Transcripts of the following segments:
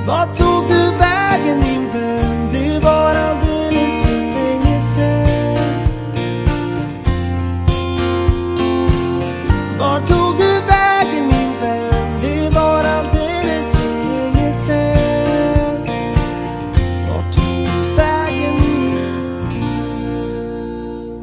Vart tog du vägen min vän? Det var alldeles för länge sedan. Vart tog du vägen min vän? Det var alldeles för länge sedan. Vart tog du vägen min vän?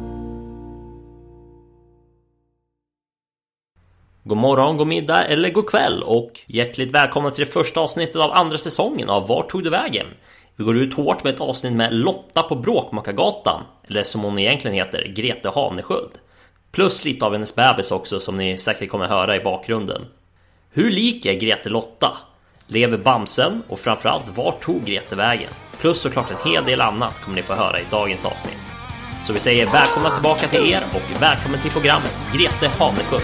God morgon, god middag eller god kväll och hjärtligt välkomna till det första avsnittet av andra säsongen av Vart tog du vägen? Vi går ut hårt med ett avsnitt med Lotta på Bråkmakargatan, eller som hon egentligen heter, Grete Havnesköld. Plus lite av hennes bebis också som ni säkert kommer höra i bakgrunden. Hur lik är Grete Lotta? Lever Bamsen? Och framförallt, vart tog Grete vägen? Plus såklart en hel del annat kommer ni få höra i dagens avsnitt. Så vi säger välkomna tillbaka till er och välkommen till programmet Grete Havnesköld.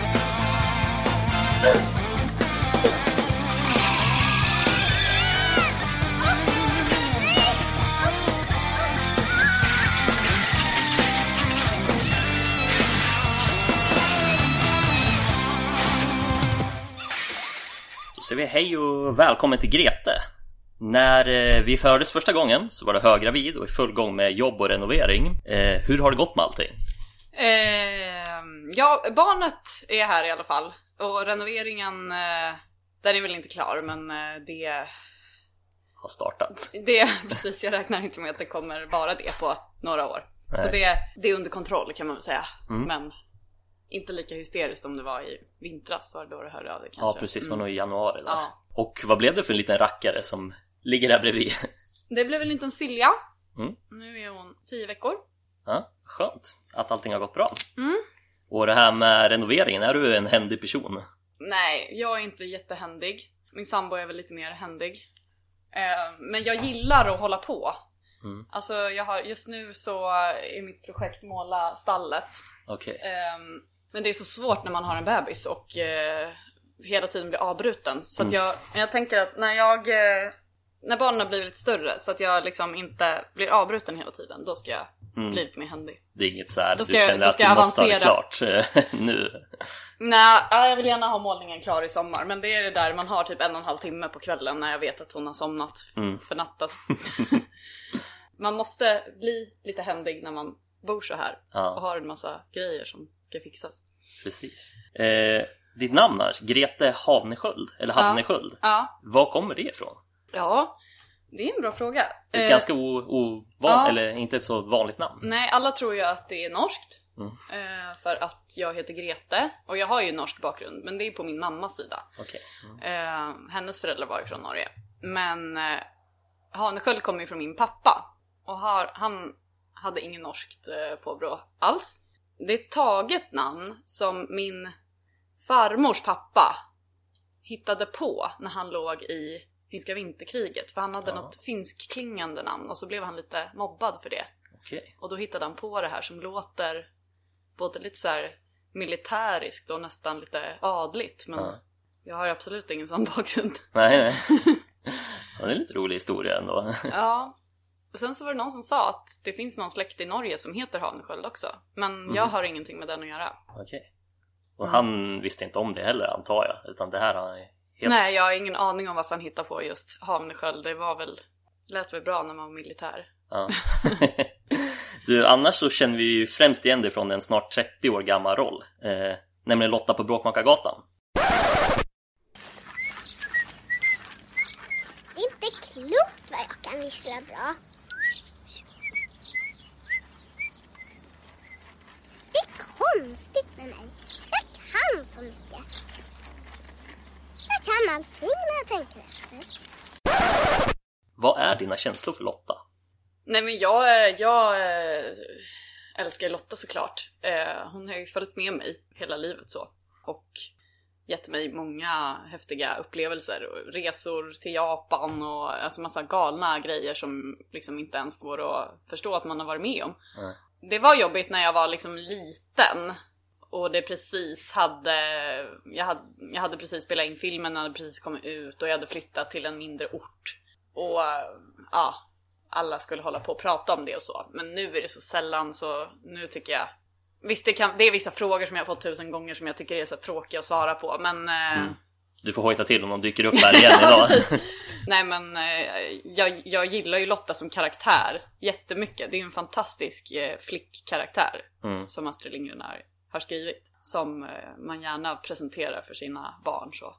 Då säger vi hej och välkommen till Grete. När vi hördes första gången så var det höggravid och i full gång med jobb och renovering. Hur har det gått med allting? Ja, barnet är här i alla fall. Och renoveringen, den är väl inte klar, men det har startat. Precis, jag räknar inte med att det kommer vara det på några år. Nej. Så det är under kontroll kan man väl säga. Men inte lika hysteriskt om det var i vintras, var det då du hörde av det kanske. Ja, precis, var nog i januari där. Ja. Och vad blev det för en liten rackare som ligger där bredvid? Det blev en liten Silja. Nu är hon 10 veckor. Ja, skönt att allting har gått bra. Och det här med renoveringen, är du en händig person? Nej, jag är inte jättehändig. Min sambo är väl lite mer händig. Men jag gillar att hålla på. Alltså just nu så är mitt projekt måla stallet. Okay. Men det är så svårt när man har en bebis och hela tiden blir avbruten. Så att jag tänker att när barnen har blivit lite större så att jag liksom inte blir avbruten hela tiden, då ska jag bli lite mer händig. Det är inget så här, du känner att du måste ha det klart nu? Nej, jag vill gärna ha målningen klar i sommar. Men det är det där man har typ 1,5 timme på kvällen när jag vet att hon har somnat för natten. Man måste bli lite händig när man bor så här och har en massa grejer som ska fixas. Precis. Ditt namn är Grete Havnesköld, eller Havnesköld. Ja. Var kommer det ifrån? Ja, det är en bra fråga. Det är ganska ovanligt, eller inte ett så vanligt namn. Nej, alla tror ju att det är norskt. För att jag heter Grete. Och jag har ju norsk bakgrund, men det är på min mammas sida. Okay. Hennes föräldrar var ju från Norge. Men Havnesköld kommer ju från min pappa. Och han hade ingen norskt påbrå alls. Det är ett taget namn som min farmors pappa hittade på när han låg i finska vinterkriget. För han hade något finskklingande namn och så blev han lite mobbad för det. Okay. Och då hittade han på det här som låter både lite så här militäriskt och nästan lite adligt. Men jag har absolut ingen sån bakgrund. Nej. Det är en lite rolig historia ändå. Ja. Och sen så var det någon som sa att det finns någon släkt i Norge som heter Havnesköld också. Men jag har ingenting med den att göra. Okej. Och han visste inte om det heller, antar jag. Utan det här har helt... Nej, jag har ingen aning om varför han hittade på just Havnesköld. Det lät väl bra när man var militär. Ja. Du, annars så känner vi ju främst igen dig från en snart 30 år gammal roll. Nämligen Lotta på Bråkmakargatan. Det är inte klokt vad jag kan vissla bra. Det är konstigt med mig. Jag kan så mycket. Jag kan allting när jag tänker efter. Vad är dina känslor för Lotta? Nej, men jag älskar Lotta såklart. Hon har ju följt med mig hela livet så. Och gett mig många häftiga upplevelser. Resor till Japan och alltså massa galna grejer som liksom inte ens går att förstå att man har varit med om. Det var jobbigt när jag var liksom liten. Och det precis jag hade precis spelat in filmen, hade precis kommit ut och jag hade flyttat till en mindre ort. Och ja, alla skulle hålla på och prata om det och så. Men nu är det så sällan, så nu tycker jag... Visst, det är vissa frågor som jag har fått 1000 gånger som jag tycker är så tråkiga att svara på. Men Du får hojta till om de dyker upp här igen idag. Nej, men jag gillar ju Lotta som karaktär jättemycket. Det är en fantastisk flickkaraktär som Astrid Lindgren har skrivit. Som man gärna presenterar för sina barn. Så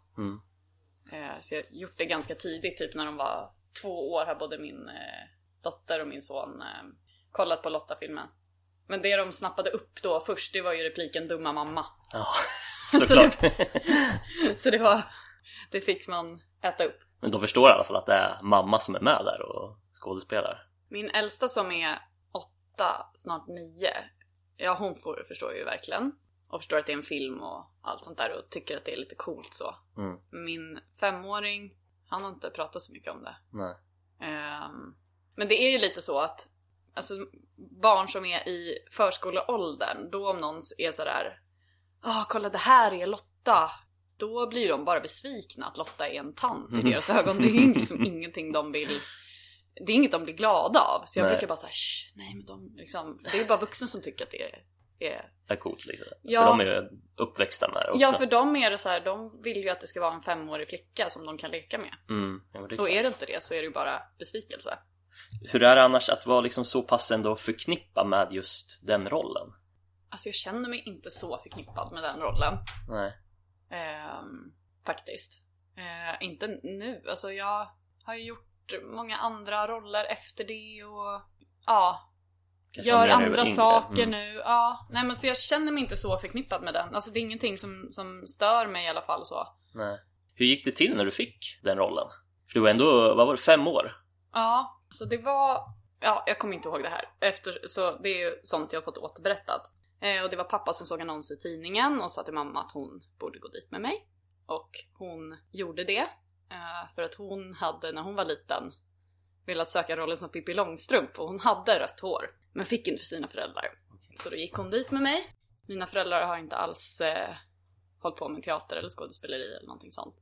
jag har gjort det ganska tidigt, typ när de var 2 år har både min dotter och min son kollat på Lotta-filmen. Men det de snappade upp då först, det var ju repliken dumma mamma. Ja, såklart. Så det fick man äta upp. Men de förstår i alla fall att det är mamma som är med där och skådespelar. Min äldsta som är 8, snart 9. Ja, hon förstår ju verkligen. Och förstår att det är en film och allt sånt där. Och tycker att det är lite coolt så. Min 5-åring, han har inte pratat så mycket om det. Nej. Men det är ju lite så att alltså, barn som är i förskoleåldern, då om någon är sådär kolla det här är Lotta, då blir de bara besvikna att Lotta är en tant i deras ögon. Det är ju liksom ingenting de vill. Det är inget de blir glada av. Så jag brukar bara säga nej, men de liksom, det är bara vuxna som tycker att det är coolt liksom. Ja. För de är ju uppväxta med det också. Ja, för dem är det så här, de vill ju att det ska vara en 5-årig flicka som de kan leka med. Då är det inte det, så är det ju bara besvikelse. Hur är det annars att vara liksom så pass ändå förknippad med just den rollen? Alltså jag känner mig inte så förknippad med den rollen. Nej. Faktiskt. Inte nu. Alltså jag har ju gjort många andra roller efter det och kanske gör andra saker nu. Ja, nej, men så jag känner mig inte så förknippad med den. Alltså det är ingenting som stör mig i alla fall så. Nej. Hur gick det till när du fick den rollen? För du var ändå, vad var det, 5 år? Ja, så det var... Ja, jag kommer inte ihåg det här. Så det är ju sånt jag har fått återberättat. Och det var pappa som såg annons i tidningen och sa till mamma att hon borde gå dit med mig. Och hon gjorde det. För att hon hade, när hon var liten, velat söka rollen som Pippi Långstrump. Och hon hade rött hår, men fick inte för sina föräldrar. Okay. Så då gick hon dit med mig. Mina föräldrar har inte alls hållit på med teater eller skådespeleri eller någonting sånt.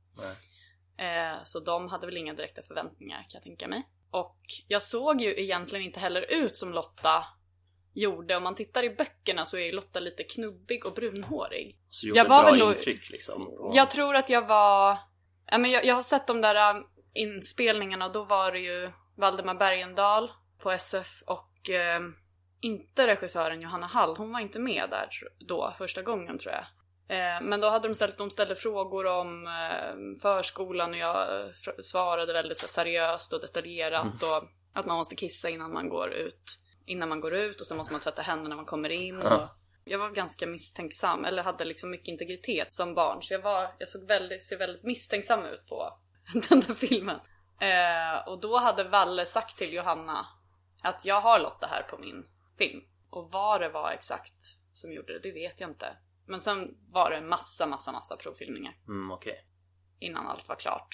Så de hade väl inga direkta förväntningar, kan jag tänka mig. Och jag såg ju egentligen inte heller ut som Lotta gjorde. Om man tittar i böckerna så är Lotta lite knubbig och brunhårig. Så gjorde bra intryck liksom? Jag tror att jag var... Ja, men jag har sett de där inspelningarna, och då var det ju Valdemar Bergendahl på SF och inte regissören Johanna Hall. Hon var inte med där då första gången, tror jag. Men då hade de ställde frågor om förskolan och jag svarade väldigt så seriöst och detaljerat och att man måste kissa innan man går ut och sen måste man tvätta händerna när man kommer in. Och jag var ganska misstänksam, eller hade liksom mycket integritet som barn, så jag ser väldigt misstänksam ut på den där filmen. Och då hade Valle sagt till Johanna att jag har Lotta här på min film, och vad det var exakt som gjorde det vet jag inte. Men sen var det massa provfilmningar. Okay. Innan allt var klart.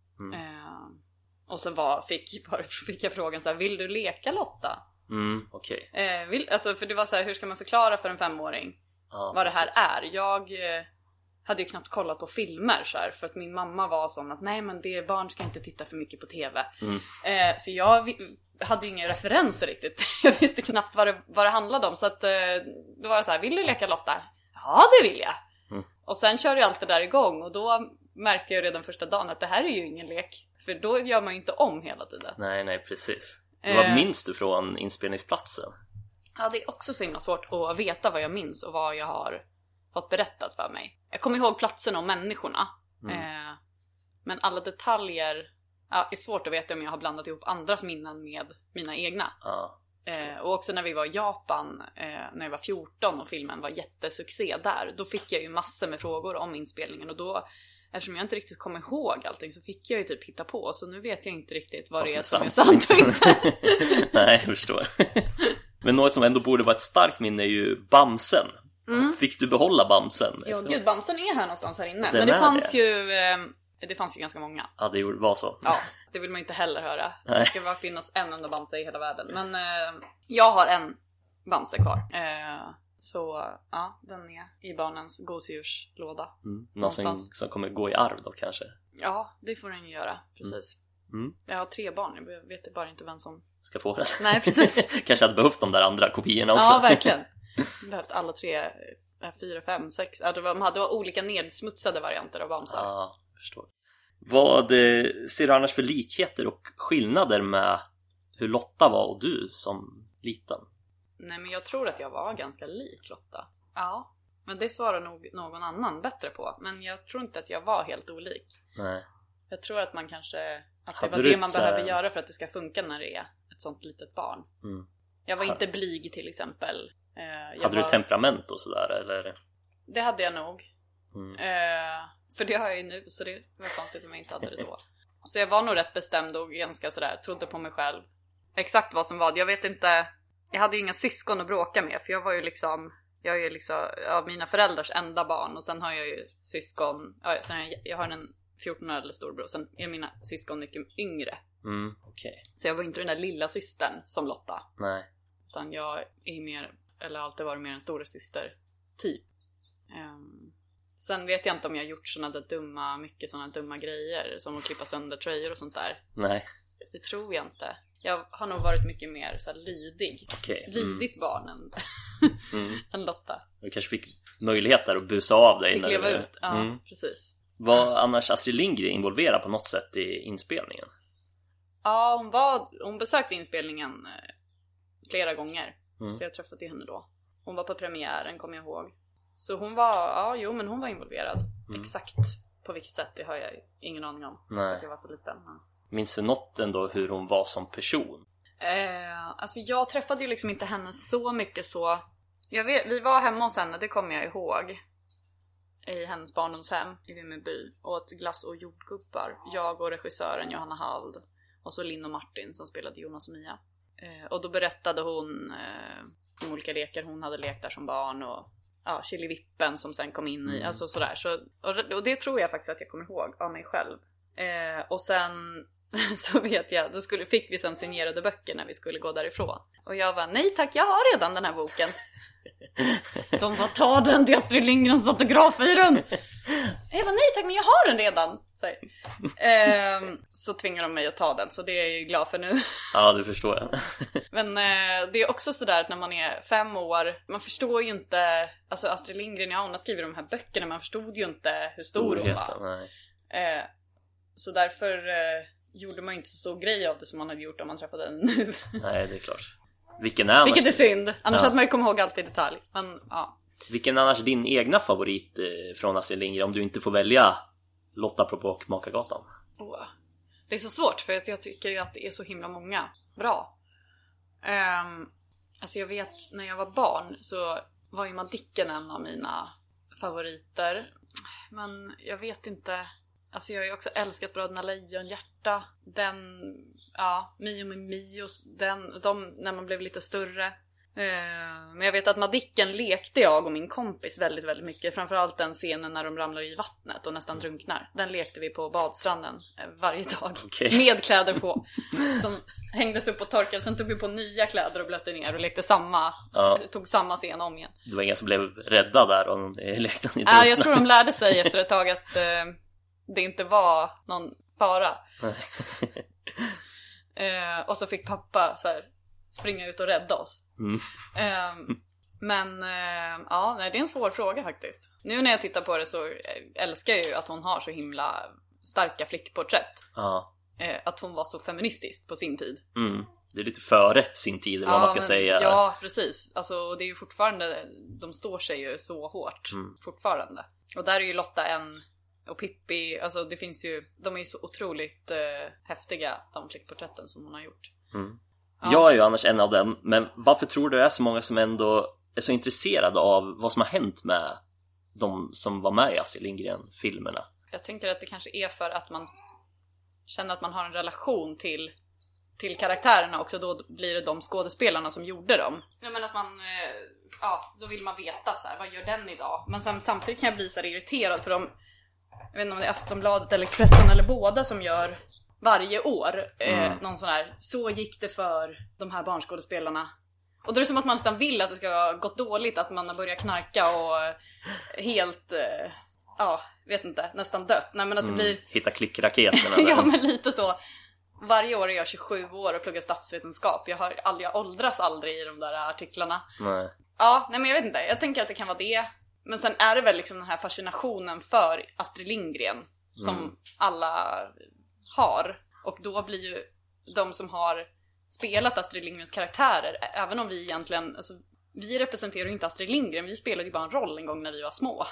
Och sen fick jag frågan så här: vill du leka Lotta? Okej. Alltså, för det var så här, hur ska man förklara för en 5-åring vad det här är? Jag hade ju knappt kollat på filmer så här, för att min mamma var sån att nej, men barn ska inte titta för mycket på tv. Så jag hade ju inga referenser riktigt. Jag visste knappt vad det handlade om. Så att då var det så här: vill du leka Lotta? Ja, det vill jag. Och sen kör ju allt det där igång, och då märker jag redan första dagen att det här är ju ingen lek. För då gör man ju inte om hela tiden. Nej, precis. Vad minns du från inspelningsplatsen? Ja, det är också så himla svårt att veta vad jag minns och vad jag har fått berättat för mig. Jag kommer ihåg platserna och människorna. Men alla detaljer är svårt att veta om jag har blandat ihop andras minnen med mina egna. Och också när vi var i Japan när jag var 14 och filmen var jättesuccé där, då fick jag ju massor med frågor om inspelningen, och då, eftersom jag inte riktigt kommer ihåg allting, så fick jag ju typ hitta på, så nu vet jag inte riktigt vad det är som är sant och inte. Nej, jag förstår. Men något som ändå borde vara ett starkt minne är ju Bamsen. Fick du behålla Bamsen? Ja, gud, Bamsen är här någonstans här inne. Men det fanns ju ganska många. Ja, det var så. Ja, det vill man inte heller höra. Nej. Det ska bara finnas en enda Bamse i hela världen. Men jag har en Bamse kvar. Så ja, den är i barnens gosedjurslåda. Någonting som kommer gå i arv då kanske? Ja, det får den ju göra, precis. Jag har 3 barn, jag vet bara inte vem som ska få den. Nej, precis. Kanske hade behövt de där andra kopiorna också. Ja, verkligen. Behövt alla 3, 4, 5, 6. De hade olika nedsmutsade varianter av Bamsar. Ja, förstår. Vad ser du annars för likheter och skillnader med hur Lotta var och du som liten? Nej, men jag tror att jag var ganska lik Lotta. Ja, men det svarar nog någon annan bättre på. Men jag tror inte att jag var helt olik. Nej. Jag tror att man kanske... Att det Hade var du det man ett, behöver göra för att det ska funka när det är ett sånt litet barn. Mm. Jag var inte blyg till exempel. Hade du temperament och sådär, eller? Det hade jag nog. Mm. För det har jag ju nu, så det var konstigt om jag inte hade det då. Så jag var nog rätt bestämd och ganska sådär, trodde på mig själv. Exakt vad som var. Jag vet inte, jag hade ju inga syskon att bråka med. För jag är ju liksom av mina föräldrars enda barn. Och sen har jag ju syskon, jag har en 14-årig storbror. Sen är mina syskon mycket yngre. Okay. Så jag var inte den där lilla systern som Lotta. Nej. Utan jag är mer, eller alltid varit mer en stora syster typ. Sen vet jag inte om jag har gjort mycket sådana dumma grejer. Som att klippa sönder tröjor och sånt där. Nej. Det tror jag inte. Jag har nog varit mycket mer så här lydig. Okay. Lydigt barn än Lotta. Du kanske fick möjlighet där att busa av dig. Fick leva ut, ja precis. Var annars Astrid Lindgren involverad på något sätt i inspelningen? Ja, hon besökte inspelningen flera gånger. Så jag träffade henne då. Hon var på premiären, kommer jag ihåg. Så hon var, men hon var involverad. Exakt på vilket sätt, det har jag ingen aning om. Nej. För att jag var så liten. Minns du något ändå hur hon var som person? Alltså jag träffade ju liksom inte henne så mycket så. Vi var hemma hos henne, det kommer jag ihåg. I hennes barndomshem i Vimmerby. Åt glass och jordgubbar. Jag och regissören Johanna Hald. Och så Linn och Martin som spelade Jonas och Mia. Och då berättade hon om olika lekar hon hade lekt där som barn. Och Chilivippen som sen kom in i. Alltså sådär. Och det tror jag faktiskt att jag kommer ihåg av mig själv. Och sen så vet jag, då fick vi sen signerade böcker när vi skulle gå därifrån. Och jag var, nej tack, jag har redan den här boken. De var, ta den till Astrid Lindgrens autograf i den. Jag var, nej tack, men jag har den redan. Så tvingar de mig att ta den, så det är jag ju glad för nu. Ja, det förstår jag. Men det är också sådär att när man är 5 år, man förstår ju inte, alltså Astrid Lindgren, hon har skrivit de här böckerna, man förstod ju inte hur stor hon var. Så därför gjorde man ju inte så stor grej av det som man hade gjort om man träffade den nu. Nej, det är klart. Vilket är synd, annars hade man ju kommit ihåg allt i detalj. Men, Vilken är annars din egna favorit från Astrid Lindgren om du inte får välja Lotta på Bråkmakargatan? Det är så svårt för att jag tycker att det är så himla många bra. Alltså jag vet, när jag var barn så var ju Madicken en av mina favoriter. Men jag vet inte. Alltså jag har ju också älskat Bröderna Lejonhjärta. Mio med Mios. När man blev lite större. Men jag vet att Madicken lekte jag och min kompis väldigt, väldigt mycket. Framförallt den scenen när de ramlar i vattnet och nästan drunknar. Den lekte vi på badstranden varje dag. Okay. Med kläder på. Som hängdes upp och torkade. Sen tog vi på nya kläder och blötte ner och lekte tog samma scen om igen. Det var ingen som blev rädda där och lekte ni? Jag tror de lärde sig efter ett tag att det inte var någon fara. Och så fick pappa så här springa ut och rädda oss. Men det är en svår fråga faktiskt. Nu när jag tittar på det så älskar jag ju att hon har så himla starka flickporträtt. Att hon var så feministisk på sin tid. Det är lite före sin tid, eller vad man ska säga. Ja, precis. Alltså det är ju fortfarande, de står sig ju så hårt fortfarande. Och där är ju Lotta och Pippi, alltså det finns ju, de är ju så otroligt häftiga, de flickporträtten som hon har gjort. Jag är ju annars en av dem, men varför tror du det är så många som ändå är så intresserade av vad som har hänt med de som var med i Astrid Lindgren-filmerna? Jag tänker att det kanske är för att man känner att man har en relation till karaktärerna också, då blir det de skådespelarna som gjorde dem. Jag menar att man, då vill man veta så här, vad gör den idag? Men samtidigt kan jag bli så här irriterad för jag vet inte om det är Aftonbladet eller Expressen eller båda som gör varje år någon sån här, så gick det för de här barnskådespelarna. Och då är det som att man nästan vill att det ska ha gått dåligt, att man har börjat knarka och helt, vet inte, nästan dött. Nej, men att det blir... Hitta klickraketerna. Ja, men lite så. Varje år är jag 27 år och pluggar statsvetenskap. Jag åldras aldrig i de där artiklarna. Nej. Nej, men jag vet inte. Jag tänker att det kan vara det. Men sen är det väl liksom den här fascinationen för Astrid Lindgren som alla har. Och då blir ju de som har spelat Astrid Lindgrens karaktärer, även om vi egentligen, alltså, vi representerar ju inte Astrid Lindgren, vi spelade ju bara en roll en gång när vi var små.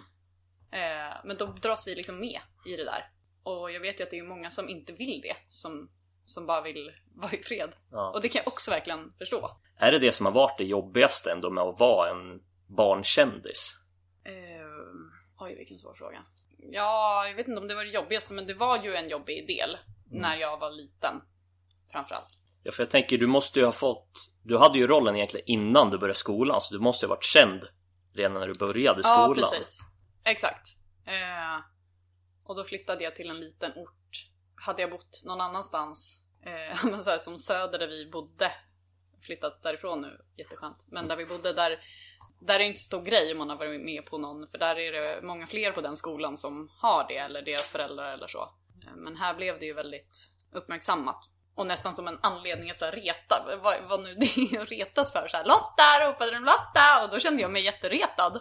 Men då dras vi liksom med i det där. Och jag vet ju att det är många som inte vill det, som bara vill vara i fred. Och det kan jag också verkligen förstå. Är det som har varit det jobbigaste ändå med att vara en barnkändis? Oj, vilken svår fråga. Ja, jag vet inte om det var det jobbigaste, men det var ju en jobbig del när jag var liten, framförallt. Ja, för jag tänker, du hade ju rollen egentligen innan du började skolan, så du måste ju ha varit känd redan när du började skolan. Ja, precis. Exakt. Och då flyttade jag till en liten ort. Hade jag bott någon annanstans, så här, som söder där vi bodde, flyttat därifrån nu, jätteskönt. Men där vi bodde, där är det inte så stor grej om man har varit med på någon, för där är det många fler på den skolan som har det, eller deras föräldrar eller så. Men här blev det ju väldigt uppmärksammat. Och nästan som en anledning att så här reta. Vad nu det är att retas för. Så här, Lotta, ropade de Lotta? Och då kände jag mig jätteretad.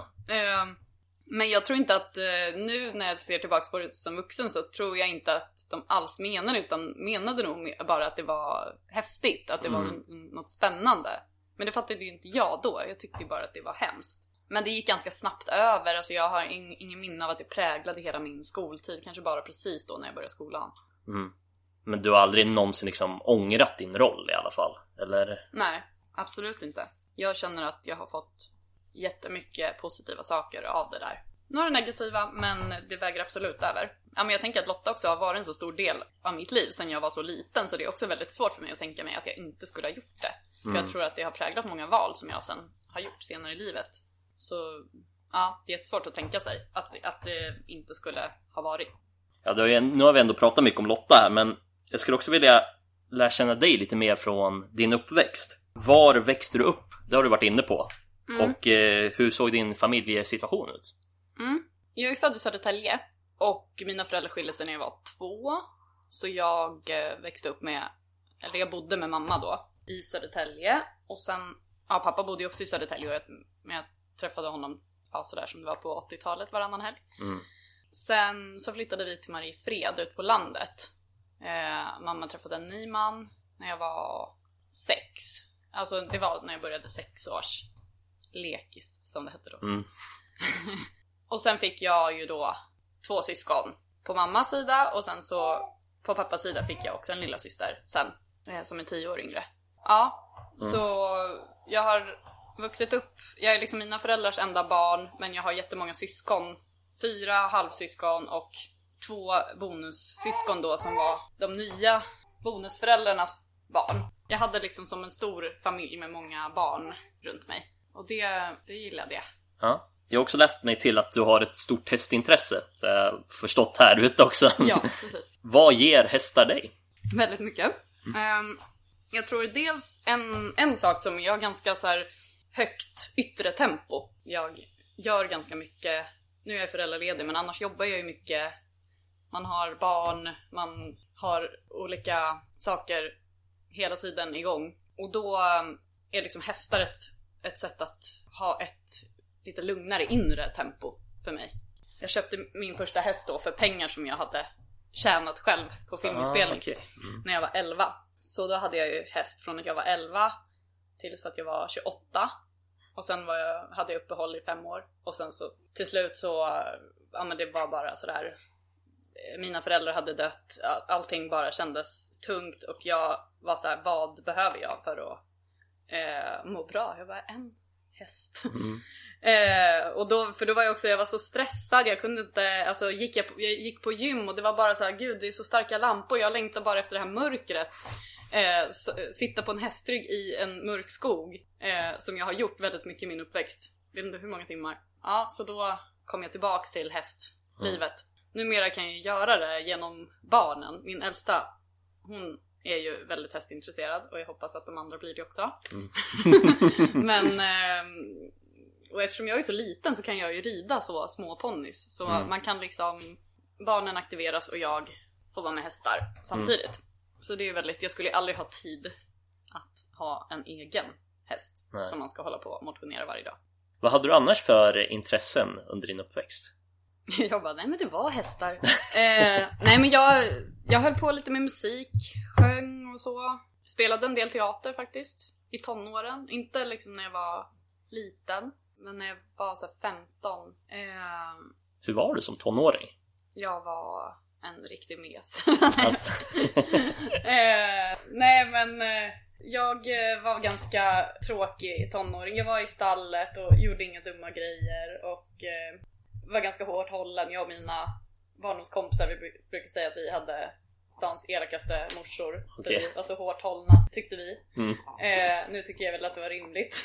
Men jag tror inte att nu när jag ser tillbaka på det som vuxen, så tror jag inte att de alls menade, utan menade nog bara att det var häftigt. Att det var något spännande. Men det fattade ju inte jag då. Jag tyckte ju bara att det var hemskt. Men det gick ganska snabbt över. Alltså jag har ingen minne av att det präglade hela min skoltid. Kanske bara precis då när jag började skolan. Men du har aldrig någonsin liksom ångrat din roll i alla fall, eller? Nej, absolut inte. Jag känner att jag har fått jättemycket positiva saker av det där. Några negativa, men det väger absolut över. Ja, men jag tänker att Lotta också har varit en så stor del av mitt liv sedan jag var så liten. Så det är också väldigt svårt för mig att tänka mig att jag inte skulle ha gjort det. För jag tror att det har präglat många val som jag sen har gjort senare i livet. Så ja, det är jättesvårt att tänka sig att det inte skulle ha varit. Ja, nu har vi ändå pratat mycket om Lotta här, men jag skulle också vilja lära känna dig lite mer från din uppväxt. Var växte du upp? Det har du varit inne på. Och hur såg din familjesituation ut? Jag är född i Södertälje. Och mina föräldrar skilde sig när jag var 2. Så jag växte upp jag bodde med mamma då i Södertälje. Och sen, ja, pappa bodde ju också i Södertälje. Men jag träffade honom sådär som det var på 80-talet varannan helg. Sen så flyttade vi till Mariefred ut på landet. Mamma träffade en ny man när jag var 6. Alltså det var när jag började 6 års lekis, som det hette då. Och sen fick jag ju då 2 syskon på mammas sida. Och sen så på pappas sida fick jag också en lilla syster sen, som är 10 år yngre. Ja, så jag har vuxit upp. Jag är liksom mina föräldrars enda barn, men jag har jättemånga syskon. 4 halvsyskon och 2 bonussyskon då, som var de nya bonusföräldrarnas barn. Jag hade liksom som en stor familj med många barn runt mig. Och det gillade jag. Ja. Jag har också läst mig till att du har ett stort hästintresse, så jag har förstått här ute också. Ja, precis. Vad ger hästar dig? Väldigt mycket. Jag tror dels en sak som jag har ganska så här högt yttre tempo. Jag gör ganska mycket. Nu är jag föräldraledig, men annars jobbar jag ju mycket. Man har barn, man har olika saker hela tiden igång. Och då är liksom hästar ett sätt att ha ett lite lugnare inre tempo för mig. Jag köpte min första häst då för pengar som jag hade tjänat själv på filminspelning när jag var 11. Så då hade jag ju häst från att jag var 11 tills att jag var 28. Och sen hade jag uppehåll i 5 år. Och sen så till slut så, ja men det var bara sådär. Mina föräldrar hade dött. Allting bara kändes tungt. Och jag var så här: vad behöver jag för att må bra? Jag var en häst. Och då var jag var så stressad. Jag kunde inte, alltså jag gick på gym och det var bara så här: gud, det är så starka lampor. Jag längtar bara efter det här mörkret. Sitta på en hästrygg i en mörk skog, som jag har gjort väldigt mycket i min uppväxt. Vet inte hur många timmar. Ja, så då kom jag tillbaks till hästlivet. Numera kan jag göra det genom barnen. Min äldsta, hon är ju väldigt hästintresserad och jag hoppas att de andra blir det också. Men och eftersom jag är så liten så kan jag ju rida så små ponnys. Så man kan liksom, barnen aktiveras och jag får vara med hästar samtidigt. Så det är väldigt, jag skulle aldrig ha tid att ha en egen häst som man ska hålla på och motionera varje dag. Vad hade du annars för intressen under din uppväxt? Jag bara, nej men det var hästar. Nej men jag höll på lite med musik, sjöng och så. Spelade en del teater faktiskt i tonåren. Inte liksom när jag var liten, men när jag var så 15. Hur var du som tonåring? Jag var en riktig mes. Alltså. Nej men jag var ganska tråkig tonåring. Jag var i stallet och gjorde inga dumma grejer och var ganska hårt hållen. Jag och mina barndomskompisar, vi brukar säga att vi hade stans elakaste morsor. Okay. Vi var så hårt hållna, tyckte vi. Nu tycker jag väl att det var rimligt.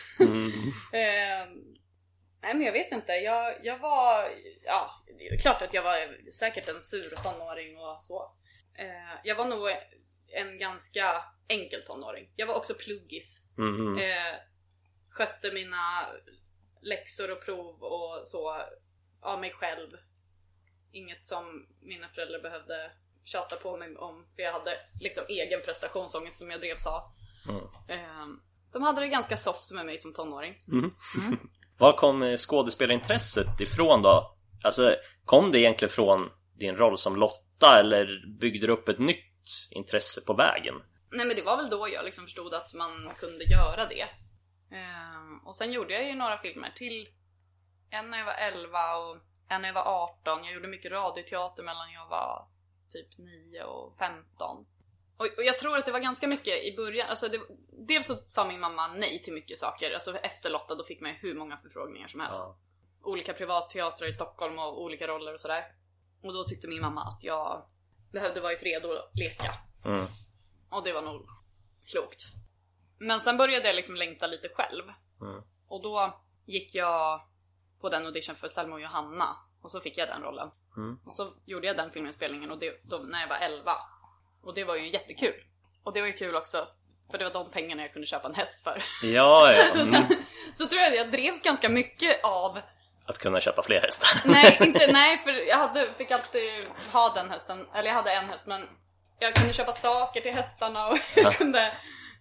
Nej men jag vet inte, jag var, ja det är klart att jag var säkert en sur tonåring och så. Jag var nog en ganska enkel tonåring. Jag var också pluggis. Skötte mina läxor och prov och så av mig själv. Inget som mina föräldrar behövde tjata på mig om. För jag hade liksom egen prestationsångest som jag drevs av. De hade det ganska soft med mig som tonåring. Var kom skådespelarintresset ifrån då? Alltså, kom det egentligen från din roll som Lotta eller byggde du upp ett nytt intresse på vägen? Nej men det var väl då jag liksom förstod att man kunde göra det. Och sen gjorde jag ju några filmer till. En när jag var 11 och en när jag var 18. Jag gjorde mycket radioteater mellan jag var typ 9 och 15. Och jag tror att det var ganska mycket i början. Alltså dels så sa min mamma nej till mycket saker. Alltså efter Lotta då fick man hur många förfrågningar som helst. Ja. Olika privatteatrar i Stockholm och olika roller och sådär. Och då tyckte min mamma att jag behövde vara i fred och leka. Och det var nog klokt. Men sen började jag liksom längta lite själv. Och då gick jag på den audition för Selma och Johanna. Och så fick jag den rollen. Och så gjorde jag den filminspelningen och då när jag var 11. Och det var ju jättekul. Och det var ju kul också, för det var de pengarna jag kunde köpa en häst för. Ja. Så tror jag att jag drevs ganska mycket av att kunna köpa fler hästar. Nej, för jag fick alltid ha den hästen. Eller jag hade en häst, men jag kunde köpa saker till hästarna och jag kunde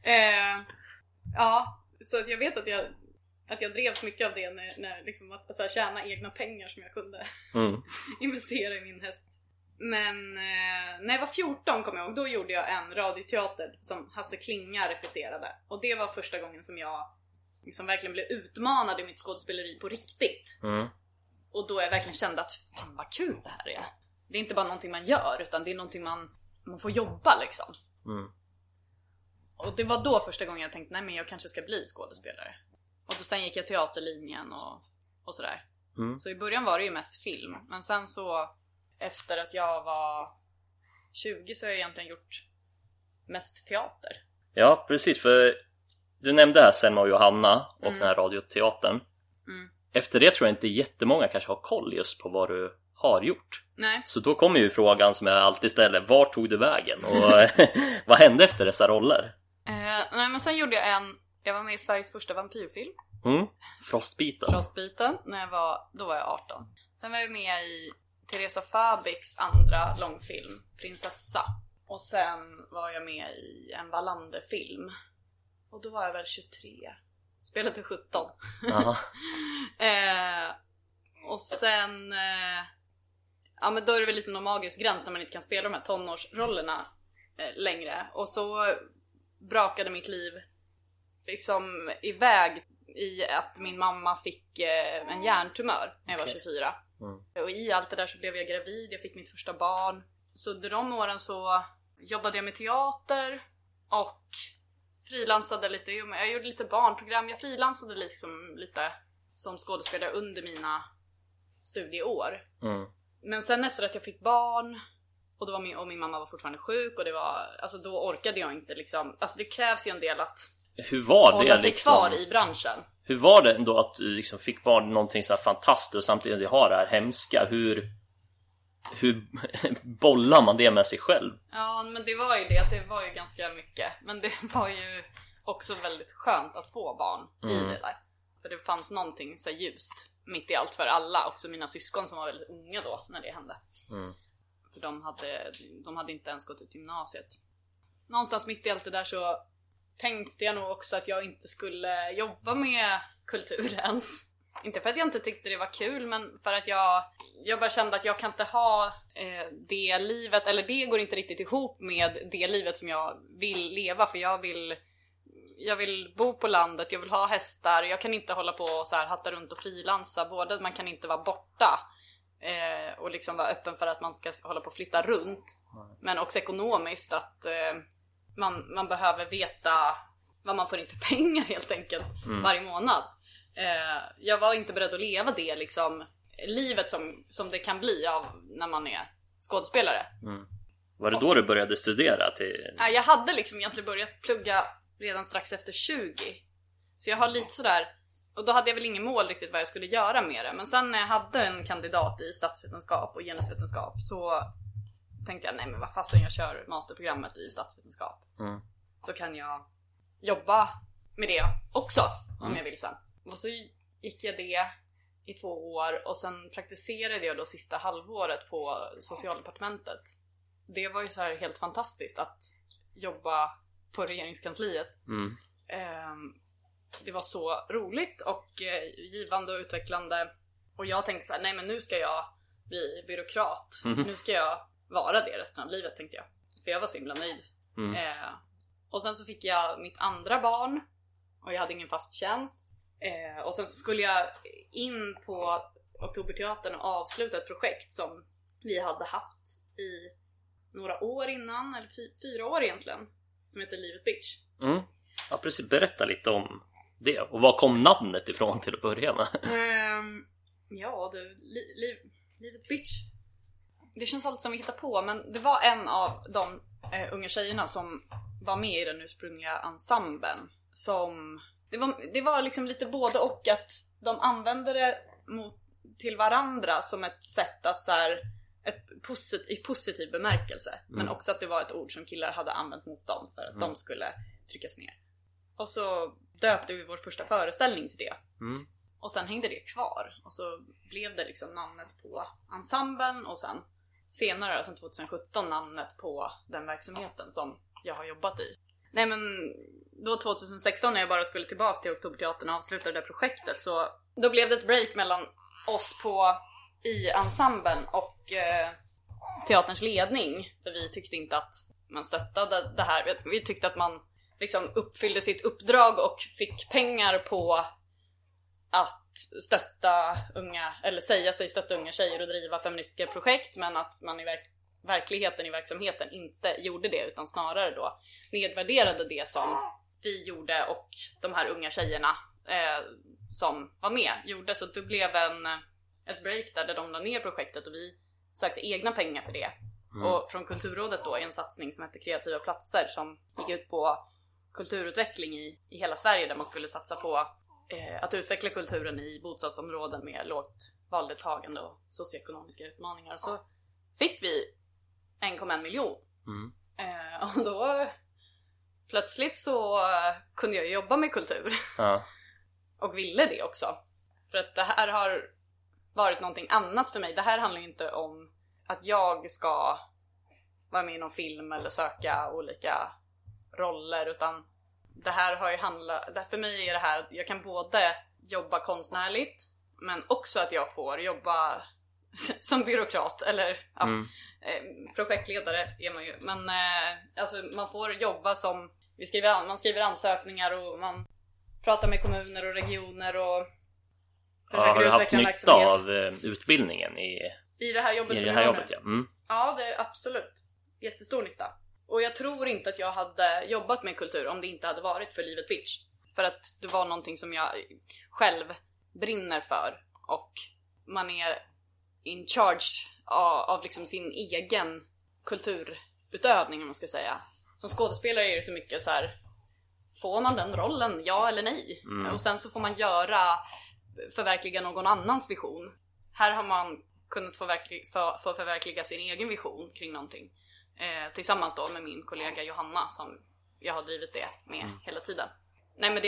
så att jag vet att jag drevs mycket av det när liksom att så här, tjäna egna pengar som jag kunde investera i min häst. Men när jag var 14 kom jag ihåg, då gjorde jag en radioteater som Hasse Klinga regisserade. Och det var första gången som jag liksom verkligen blev utmanad i mitt skådespeleri på riktigt. Och då jag verkligen kände att fan vad kul det här är. Det är inte bara någonting man gör, utan det är någonting man får jobba liksom. Och det var då första gången jag tänkte, nej men jag kanske ska bli skådespelare. Och då sen gick jag teaterlinjen och sådär. Så i början var det ju mest film. Men sen så efter att jag var 20 så har jag egentligen gjort mest teater. Ja, precis, för du nämnde här Selma och Johanna och den här radioteatern. Efter det tror jag inte jättemånga kanske har koll just på vad du har gjort. Nej. Så då kommer ju frågan som jag alltid ställer, var tog du vägen? Och vad hände efter dessa roller? Nej men sen gjorde jag var med i Sveriges första vampyrfilm. Frostbiten. Då var jag 18. Sen var jag med i Teresa Fabiks andra långfilm, Prinsessa. Och sen var jag med i en Wallander-film. Och då var jag väl 23. Spelade 17. Och sen men då är det väl lite någon magisk gräns när man inte kan spela de här tonårsrollerna längre. Och så brakade mitt liv liksom iväg i att min mamma fick en hjärntumör när jag var 24. Och i allt det där så blev jag gravid, jag fick mitt första barn. Så de åren så jobbade jag med teater och frilansade lite. Jag gjorde lite barnprogram, jag frilansade liksom lite som skådespelare under mina studieår. Men sen efter att jag fick barn och, min mamma var fortfarande sjuk och det var, alltså då orkade jag inte liksom, alltså det krävs ju en del att hålla sig kvar i branschen. Hur var det ändå att du liksom fick barn någonting så här fantastiskt och samtidigt har det här hemska? Hur bollar man det med sig själv? Ja, men det var ju det. Det var ju ganska mycket. Men det var ju också väldigt skönt att få barn i det där. För det fanns någonting så ljust mitt i allt för alla. Också mina syskon som var väldigt unga då när det hände. För de hade inte ens gått ut gymnasiet. Någonstans mitt i allt det där så tänkte jag nog också att jag inte skulle jobba med kultur ens. Inte för att jag inte tyckte det var kul, men för att jag bara kände att jag kan inte ha det livet, eller det går inte riktigt ihop med det livet som jag vill leva, för jag vill bo på landet, jag vill ha hästar, jag kan inte hålla på och så här hatta runt och frilansa, både man kan inte vara borta och liksom vara öppen för att man ska hålla på och flytta runt, men också ekonomiskt att man behöver veta vad man får in för pengar helt enkelt varje månad. Jag var inte beredd att leva det liksom livet som det kan bli av när man är skådespelare. Var det då du började studera till? Jag hade liksom egentligen börjat plugga redan strax efter 20. Så jag har lite sådär, och då hade jag väl ingen mål riktigt vad jag skulle göra med det. Men sen när jag hade en kandidat i statsvetenskap och genusvetenskap så tänkte jag, nej men vad fasen, jag kör masterprogrammet i statsvetenskap. Så kan jag jobba med det också om jag vill sen. Och så gick jag det i 2 år och sen praktiserade jag då sista halvåret på socialdepartementet. Det var ju så här helt fantastiskt att jobba på regeringskansliet. Det var så roligt och givande och utvecklande. Och jag tänkte så här, nej men nu ska jag bli byråkrat. Nu ska jag vara det resten av livet, tänkte jag. För jag var så himla nöjd. Och sen så fick jag mitt andra barn och jag hade ingen fast tjänst. Och sen så skulle jag in på Oktoberteatern och avsluta ett projekt som vi hade haft i några år innan, eller 4 år egentligen, som heter Livet Bitch. Ja, precis. Berätta lite om det. Och var kom namnet ifrån till att börja med? Ja, Livet Bitch. Det känns alltid som vi hittar på, men det var en av de unga tjejerna som var med i den ursprungliga ensemblen som... Det var liksom lite både och, att de använde det till varandra som ett sätt att så här, i positiv bemärkelse. Men också att det var ett ord som killar hade använt mot dem för att de skulle tryckas ner. Och så döpte vi vår första föreställning till det. Och sen hängde det kvar. Och så blev det liksom namnet på ensemblen och sen senare, sen 2017, namnet på den verksamheten som jag har jobbat i. Nej men då 2016 när jag bara skulle tillbaka till Oktoberteatern och avsluta det där projektet, så då blev det ett break mellan oss i ensemblen och teaterns ledning. För vi tyckte inte att man stöttade det här. Vi tyckte att man liksom uppfyllde sitt uppdrag och fick pengar på att stötta unga, eller säga sig stötta unga tjejer och driva feministiska projekt, men att man i verkligheten i verksamheten inte gjorde det, utan snarare då nedvärderade det som vi gjorde och de här unga tjejerna som var med gjorde. Så det blev ett break där de la ner projektet och vi sökte egna pengar för det. Och från Kulturrådet då en satsning som hette Kreativa platser, som gick ut på kulturutveckling i hela Sverige, där man skulle satsa på att utveckla kulturen i bostadsområden med lågt valdeltagande och socioekonomiska utmaningar. Och så fick vi 1,1 miljon. Och då plötsligt så kunde jag jobba med kultur. Och ville det också. För att det här har varit någonting annat för mig. Det här handlar ju inte om att jag ska vara med i någon film eller söka olika roller, utan det här har ju handlat, för mig är det här, jag kan både jobba konstnärligt men också att jag får jobba som byråkrat eller projektledare är man ju, men alltså man får jobba som man skriver ansökningar och man pratar med kommuner och regioner och försöker utveckla en verksamhet. Har du haft nytta av utbildningen i det här jobbet? Ja. Ja, det är absolut jättestor nytta. Och jag tror inte att jag hade jobbat med kultur om det inte hade varit för Livet Bitch. För att det var någonting som jag själv brinner för. Och man är in charge av liksom sin egen kulturutövning, om man ska säga. Som skådespelare är det så mycket så här: får man den rollen, ja eller nej? Och sen så får man förverkliga någon annans vision. Här har man kunnat få förverkliga sin egen vision kring någonting. Tillsammans då med min kollega Johanna, som jag har drivit det med hela tiden. Nej men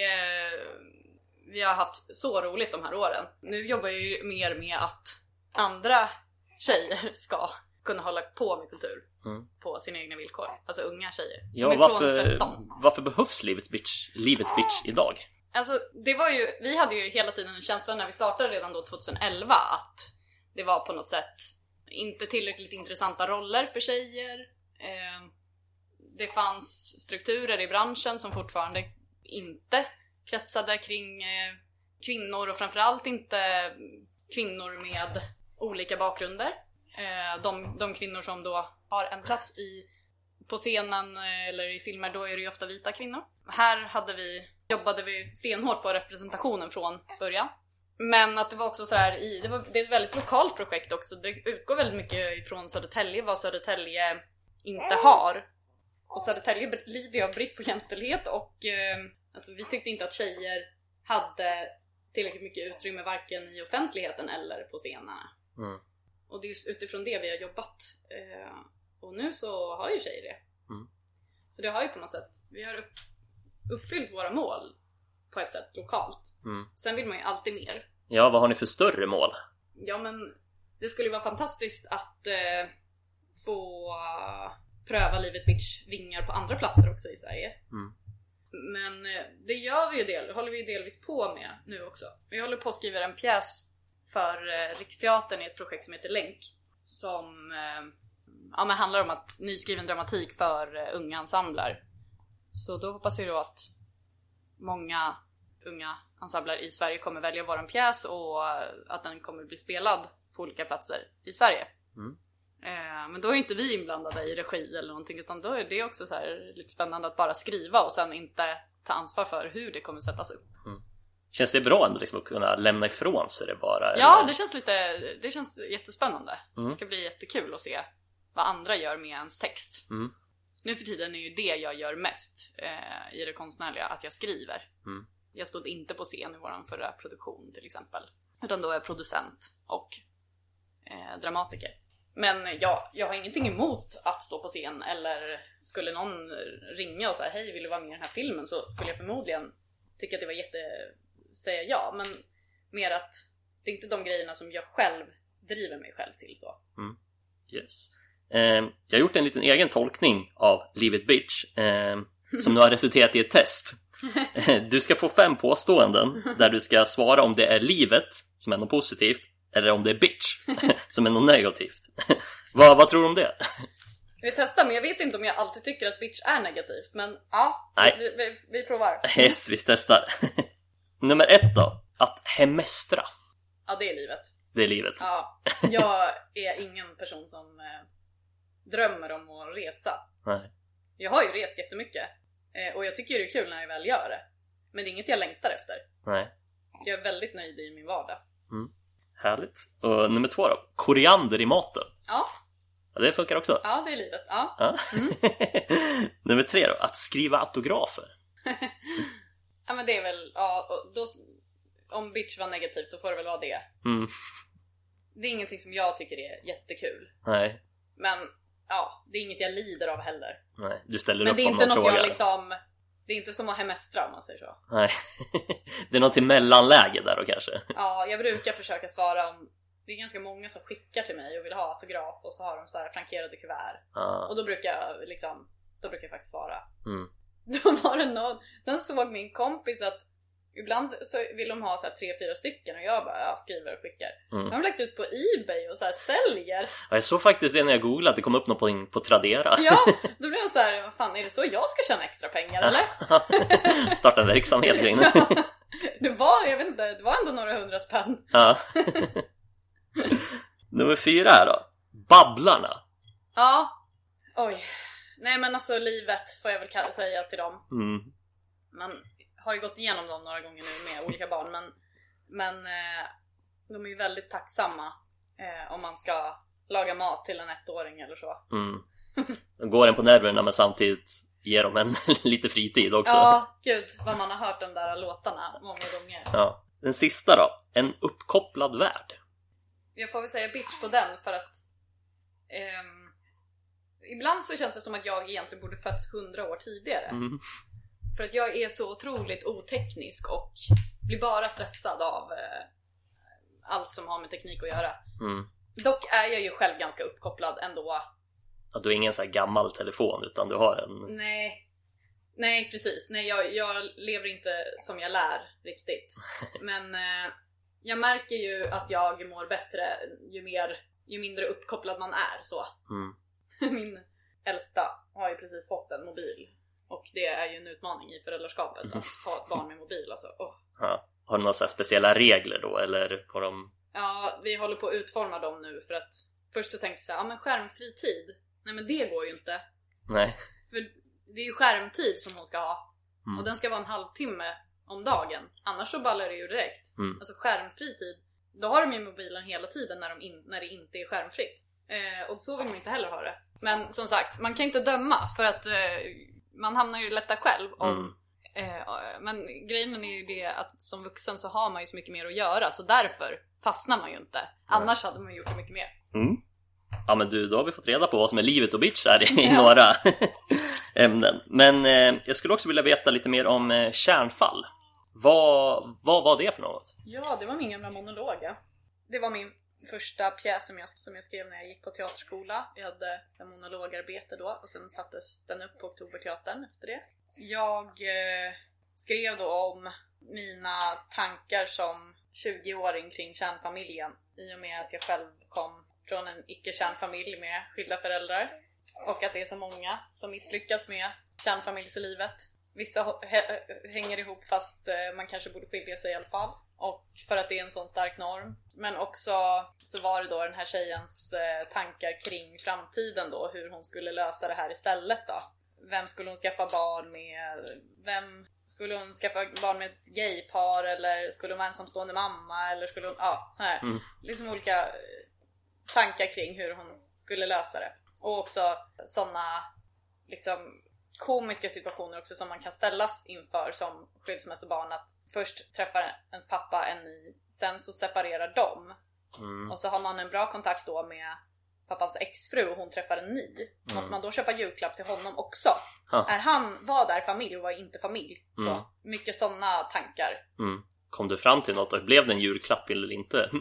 vi har haft så roligt de här åren. Nu jobbar jag ju mer med att andra tjejer ska kunna hålla på med kultur på sina egna villkor. Alltså unga tjejer. Ja, varför behövs Livet Bitch idag? Alltså vi hade ju hela tiden en känsla när vi startade redan då 2011 att det var på något sätt inte tillräckligt intressanta roller för tjejer. Det fanns strukturer i branschen som fortfarande inte kretsade kring kvinnor, och framförallt inte kvinnor med olika bakgrunder. De kvinnor som då har en plats på scenen eller i filmer, då är det ju ofta vita kvinnor. Här jobbade vi stenhårt på representationen från början. Men att det var också så här, det är ett väldigt lokalt projekt också. Det utgår väldigt mycket från Södertälje, vad Södertälje inte har. Och Södertälje lider av brist på jämställdhet, och alltså, vi tyckte inte att tjejer hade tillräckligt mycket utrymme varken i offentligheten eller på scenerna. Och det är just utifrån det vi har jobbat. Och nu så har ju tjejer det. Så det har ju på något sätt, vi har uppfyllt våra mål på ett sätt lokalt. Sen vill man ju alltid mer. Ja, vad har ni för större mål? Ja, men det skulle ju vara fantastiskt att få pröva Livet Bitch vingar på andra platser också i Sverige. Men det gör vi ju håller vi delvis på med nu också. Vi håller på att skriva en pjäs för Riksteatern i ett projekt som heter Länk, som men handlar om att nyskriven dramatik för unga ensembler. Så då hoppas vi då att många unga ensembler i Sverige kommer välja vara en pjäs, och att den kommer bli spelad på olika platser i Sverige. Men då är inte vi inblandade i regi eller någonting, utan då är det också så här lite spännande att bara skriva och sen inte ta ansvar för hur det kommer sättas upp. Känns det bra ändå liksom att kunna lämna ifrån sig det bara? Ja, det känns jättespännande. Det ska bli jättekul att se vad andra gör med ens text. Nu för tiden är ju det jag gör mest i det konstnärliga, att jag skriver. Jag stod inte på scen i våran förra produktion till exempel, utan då är jag producent och dramatiker. Men jag har ingenting emot att stå på scen, eller skulle någon ringa och säga hej, vill du vara med i den här filmen, så skulle jag förmodligen tycka att det var säga ja, men mer att det är inte de grejerna som jag själv driver mig själv till så. Yes. Jag har gjort en liten egen tolkning av Livet Bitch som nu har resulterat i ett test. Du ska få 5 påståenden där du ska svara om det är livet som är något positivt eller om det är bitch som är något negativt. Vad tror du om det? Vi testar, men jag vet inte om jag alltid tycker att bitch är negativt. Men ja, vi provar. Yes, vi testar. Nummer 1 då. Att hemestra. Ja, det är livet. Det är livet. Ja, jag är ingen person som drömmer om att resa. Nej. Jag har ju rest jättemycket. Och jag tycker det är kul när jag väl gör det. Men det är inget jag längtar efter. Nej. Jag är väldigt nöjd i min vardag. Härligt. Och nummer 2 då. Koriander i maten. Ja. Ja, det funkar också. Ja, det är livet. Ja. Nummer 3 då. Att skriva autografer. Ja, men det är väl... Ja, då, om bitch var negativt, då får det väl vara det. Det är ingenting som jag tycker är jättekul. Nej. Men ja, det är inget jag lider av heller. Nej, du ställer men upp det är om inte någon något fråga. Jag liksom... Det är inte som att hemestra, om man säger så. Nej. Det är något till mellanläge där då kanske. Ja, jag brukar försöka svara om... Det är ganska många som skickar till mig och vill ha autograf, och så har de så här frankerade kuvert. Och då brukar jag faktiskt svara. Då var det någon, de såg min kompis att ibland så vill de ha så här 3-4 stycken, och jag bara skriver och skickar. De har lagt ut på eBay och så här säljer. Ja, jag såg faktiskt det när jag googlade, att det kom upp något på Tradera. Ja, då blev jag så här, vad fan, är det så jag ska tjäna extra pengar eller? Starta en verksamhet kring det. Ja, jag vet inte, det var ändå några 100 spänn. Ja. Nummer 4 här då. Babblarna. Ja. Oj. Nej, men alltså livet får jag väl säga till dem. Man har ju gått igenom dem några gånger nu med olika barn, men de är ju väldigt tacksamma om man ska laga mat till en 1-åring eller så. Går en på nerverna, men samtidigt ger dem en lite fritid också. Ja, gud vad man har hört de där låtarna många gånger. Ja. Den sista då. En uppkopplad värld. Jag får väl säga bitch på den, för att ibland så känns det som att jag egentligen borde fötts 100 år tidigare. För att jag är så otroligt oteknisk och blir bara stressad av allt som har med teknik att göra. Dock är jag ju själv ganska uppkopplad ändå. Att du är ingen så här gammal telefon, utan du har en... Nej, precis. Nej, jag lever inte som jag lär riktigt. Men Jag märker ju att jag mår bättre ju mindre uppkopplad man är så. Min äldsta har ju precis fått en mobil. Och det är ju en utmaning i föräldraskapet att ha ett barn med mobil. Alltså. Ja. Har du några så här speciella regler då? Eller har de... Ja, vi håller på att utforma dem nu. För att först så tänkte jag så här, men skärmfri tid. Nej, men det går ju inte. Nej. För det är ju skärmtid som hon ska ha. Och den ska vara en halvtimme om dagen. Annars så ballar det ju direkt. Alltså skärmfri tid. Då har de ju mobilen hela tiden när det inte är skärmfritt. Och så vill man inte heller ha det. Men som sagt, man kan inte döma. För att man hamnar ju lättare själv om... men grejen är ju det att som vuxen så har man ju så mycket mer att göra. Så därför fastnar man ju inte. Annars hade man gjort det mycket mer. Ja, men då har vi fått reda på vad som är livet och bitch här i några ämnen. Men jag skulle också vilja veta lite mer om kärnfall. Vad var det för något? Ja, det var min gamla monolog. Ja. Det var min första pjäs som jag skrev när jag gick på teaterskola. Jag hade en monologarbete då och sen sattes den upp på Oktoberteatern efter det. Jag skrev då om mina tankar som 20-åring kring kärnfamiljen i och med att jag själv kom från en icke-kärnfamilj med skilda föräldrar och att det är så många som misslyckas med kärnfamiljslivet. Vissa hänger ihop fast man kanske borde skilja sig i alla fall. Och för att det är en sån stark norm. Men också så var det då den här tjejens tankar kring framtiden då. Hur hon skulle lösa det här istället då. Vem skulle hon skaffa barn med? Vem skulle hon skaffa barn med ett gaypar? Eller skulle hon vara ensamstående mamma? Eller skulle hon, så här. Liksom olika tankar kring hur hon skulle lösa det. Och också sådana liksom komiska situationer också som man kan ställas inför som skilsmässobarn, att först träffar ens pappa en ny, sen så separerar de och så har man en bra kontakt då med pappans exfru och hon träffar en ny. Måste man då köpa julklapp till honom också? Var där familj och var inte familj? Så mycket sådana tankar. Kom du fram till något och blev det en julklapp eller inte?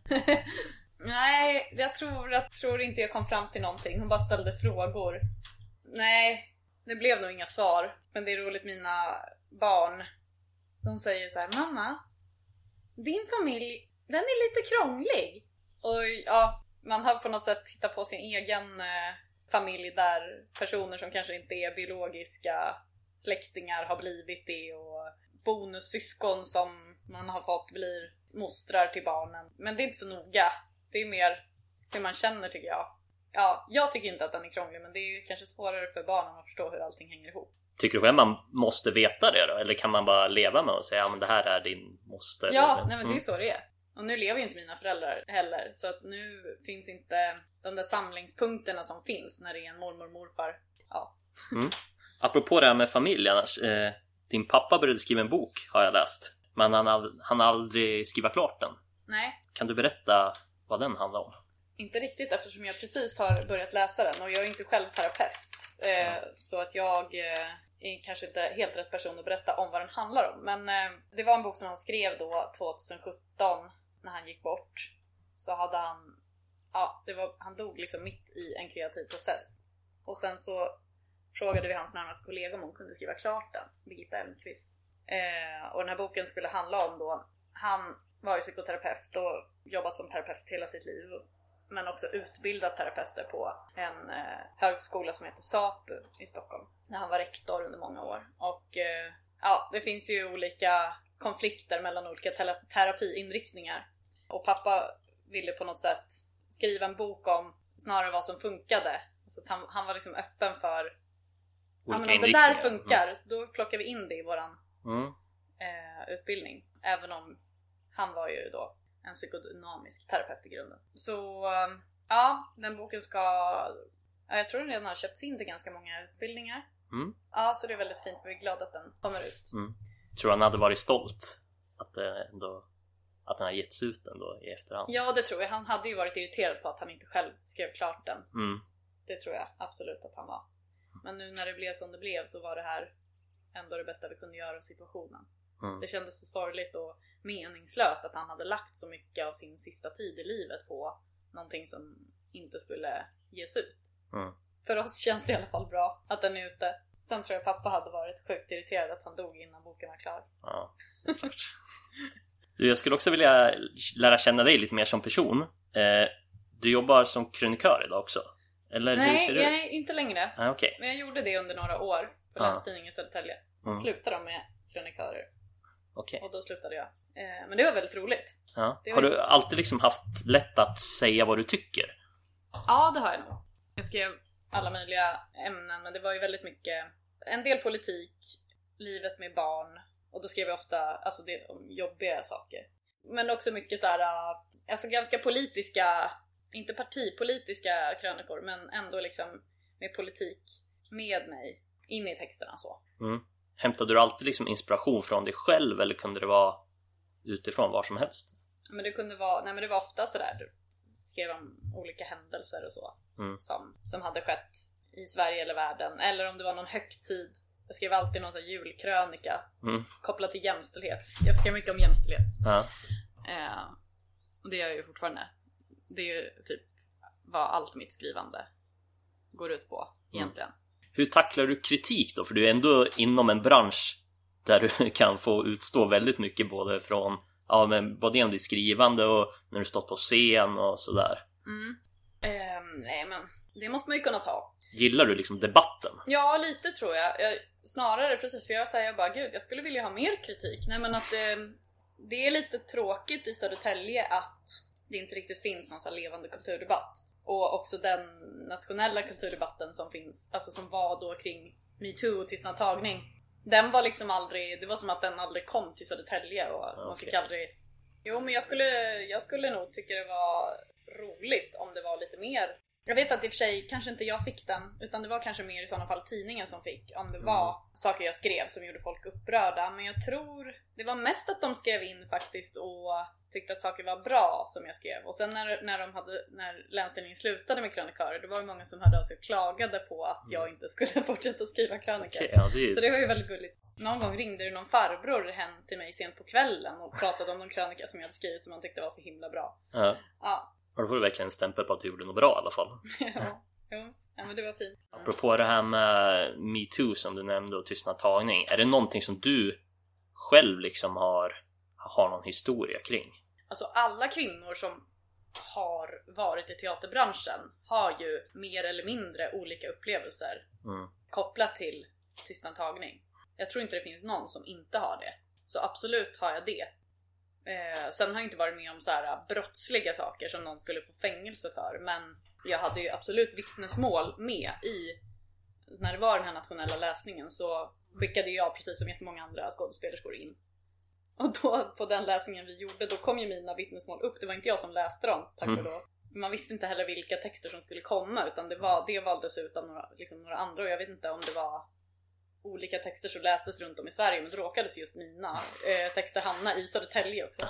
Nej, jag tror inte jag kom fram till någonting. Hon bara ställde frågor. Nej, det blev nog inga svar. Men det är roligt, mina barn, de säger så här: mamma, din familj, den är lite krånglig. Och ja, man har på något sätt hittat på sin egen familj där personer som kanske inte är biologiska släktingar har blivit det. Och bonussyskon som man har fått blir mostrar till barnen. Men det är inte så noga. Det är mer hur man känner, tycker jag. Ja, jag tycker inte att den är krånglig, men det är ju kanske svårare för barnen att förstå hur allting hänger ihop. Tycker du själv man måste veta det då? Eller kan man bara leva med och säga, ja men det här är din moster? Ja, nej, men det är så det är. Och nu lever ju inte mina föräldrar heller. Så att nu finns inte de där samlingspunkterna som finns när det är en mormor och morfar. Ja. Apropå det här med familj annars. Din pappa började skriva en bok, har jag läst. Men han aldrig skriva klart den. Nej. Kan du berätta vad den handlar om? Inte riktigt, eftersom jag precis har börjat läsa den. Och jag är inte själv terapeut. Så att jag är kanske inte helt rätt person att berätta om vad den handlar om. Men det var en bok som han skrev då 2017 när han gick bort. Så hade han... Ja, han dog liksom mitt i en kreativ process. Och sen så frågade vi hans närmaste kollega om hon kunde skriva klart den. Birgitta Elmqvist. Och den här boken skulle handla om då... Han var ju psykoterapeut och jobbat som terapeut hela sitt liv. Men också utbildat terapeuter på en högskola som heter SAPU i Stockholm. När han var rektor under många år. Och ja, det finns ju olika konflikter mellan olika terapiinriktningar. Och pappa ville på något sätt skriva en bok om snarare vad som funkade. Så att han var liksom öppen för, ja, men om det där funkar, då plockar vi in det i våran utbildning. Även om han var ju då en psykodynamisk terapeut i grunden. Så ja, den boken ska... Jag tror den redan har köpts in till ganska många utbildningar. Ja, så det är väldigt fint. Vi är glada att den kommer ut. Tror han hade varit stolt att den har getts ut ändå i efterhand? Ja, det tror jag. Han hade ju varit irriterad på att han inte själv skrev klart den. Det tror jag absolut att han var. Men nu när det blev som det blev så var det här ändå det bästa vi kunde göra av situationen. Det kändes så sorgligt och meningslöst att han hade lagt så mycket av sin sista tid i livet på någonting som inte skulle ges ut. För oss känns det i alla fall bra att den är ute. Sen tror jag pappa hade varit sjukt irriterad att han dog innan boken var klar. Ja, Du, jag skulle också vilja lära känna dig lite mer som person. Du jobbar som krönikör idag också? Eller Nej, hur ser jag det är inte längre. Okay. Men jag gjorde det under några år på Länstidningen i Södertälje. Sen slutade de med krönikörer. Okay. Och då slutade jag. Men det var väldigt roligt. Ja. Har du alltid liksom haft lätt att säga vad du tycker? Ja, det har jag nog. Jag skrev alla möjliga ämnen, men det var ju väldigt mycket, en del politik, livet med barn, och då skrev jag ofta alltså det om jobbiga saker. Men också mycket så här, alltså ganska politiska, inte partipolitiska krönikor, men ändå liksom med politik med mig in i texterna så. Hämtade du alltid liksom inspiration från dig själv, eller kunde det vara utifrån var som helst? Men det kunde vara, nej men det var ofta sådär, skrev om olika händelser och så som hade skett i Sverige eller världen, eller om det var någon högtid. Jag skrev alltid någon sån här julkrönika kopplat till jämställdhet. Jag skrev mycket om jämställdhet. Och det gör jag ju fortfarande. Det är ju typ vad allt mitt skrivande går ut på egentligen. Hur tacklar du kritik då? För du är ändå inom en bransch där du kan få utstå väldigt mycket, både från både genom ditt skrivande och när du stått på scen och sådär. Nej, men det måste man ju kunna ta. Gillar du liksom debatten? Ja, lite tror jag. Snarare precis, för jag säger bara, gud, jag skulle vilja ha mer kritik. Nej, men att det är lite tråkigt i Södertälje att det inte riktigt finns någon så här levande kulturdebatt. Och också den nationella kulturdebatten som finns, alltså som var då kring MeToo och tystnadtagning. Den var liksom aldrig, det var som att den aldrig kom till Södertälje och man fick aldrig. Jo, men jag skulle nog tycka det var roligt om det var lite mer. Jag vet att i och för sig kanske inte jag fick den, utan det var kanske mer i sådana fall tidningen som fick, om det var saker jag skrev som gjorde folk upprörda. Men jag tror det var mest att de skrev in faktiskt och tyckte att saker var bra som jag skrev. Och sen när Länstidningen slutade med krönikörer, då var det många som hörde av sig och klagade på att jag inte skulle fortsätta skriva krönikor. Okay, Så det var ju väldigt gulligt. Någon gång ringde det någon farbror hem till mig sent på kvällen och pratade om de krönikor som jag hade skrivit som han tyckte var så himla bra. Ja. Och då får du verkligen en stämpel på att du gjorde något bra i alla fall. Ja, men det var fint. Apropå det här med MeToo som du nämnde och tystnadtagning, är det någonting som du själv liksom har någon historia kring? Alltså alla kvinnor som har varit i teaterbranschen har ju mer eller mindre olika upplevelser kopplat till tystnadtagning. Jag tror inte det finns någon som inte har det. Så absolut har jag det. Sen har jag inte varit med om så här brottsliga saker som någon skulle få fängelse för. Men jag hade ju absolut vittnesmål med i, när det var den här nationella läsningen, så skickade jag precis som jättemånga andra skådespelerskor in. Och då på den läsningen vi gjorde, då kom ju mina vittnesmål upp. Det var inte jag som läste dem, tack och då. Man visste inte heller vilka texter som skulle komma, utan det valdes ut av några andra. Och jag vet inte om det var olika texter som lästes runt om i Sverige, men då råkades just mina texter hamna i Södertälje också.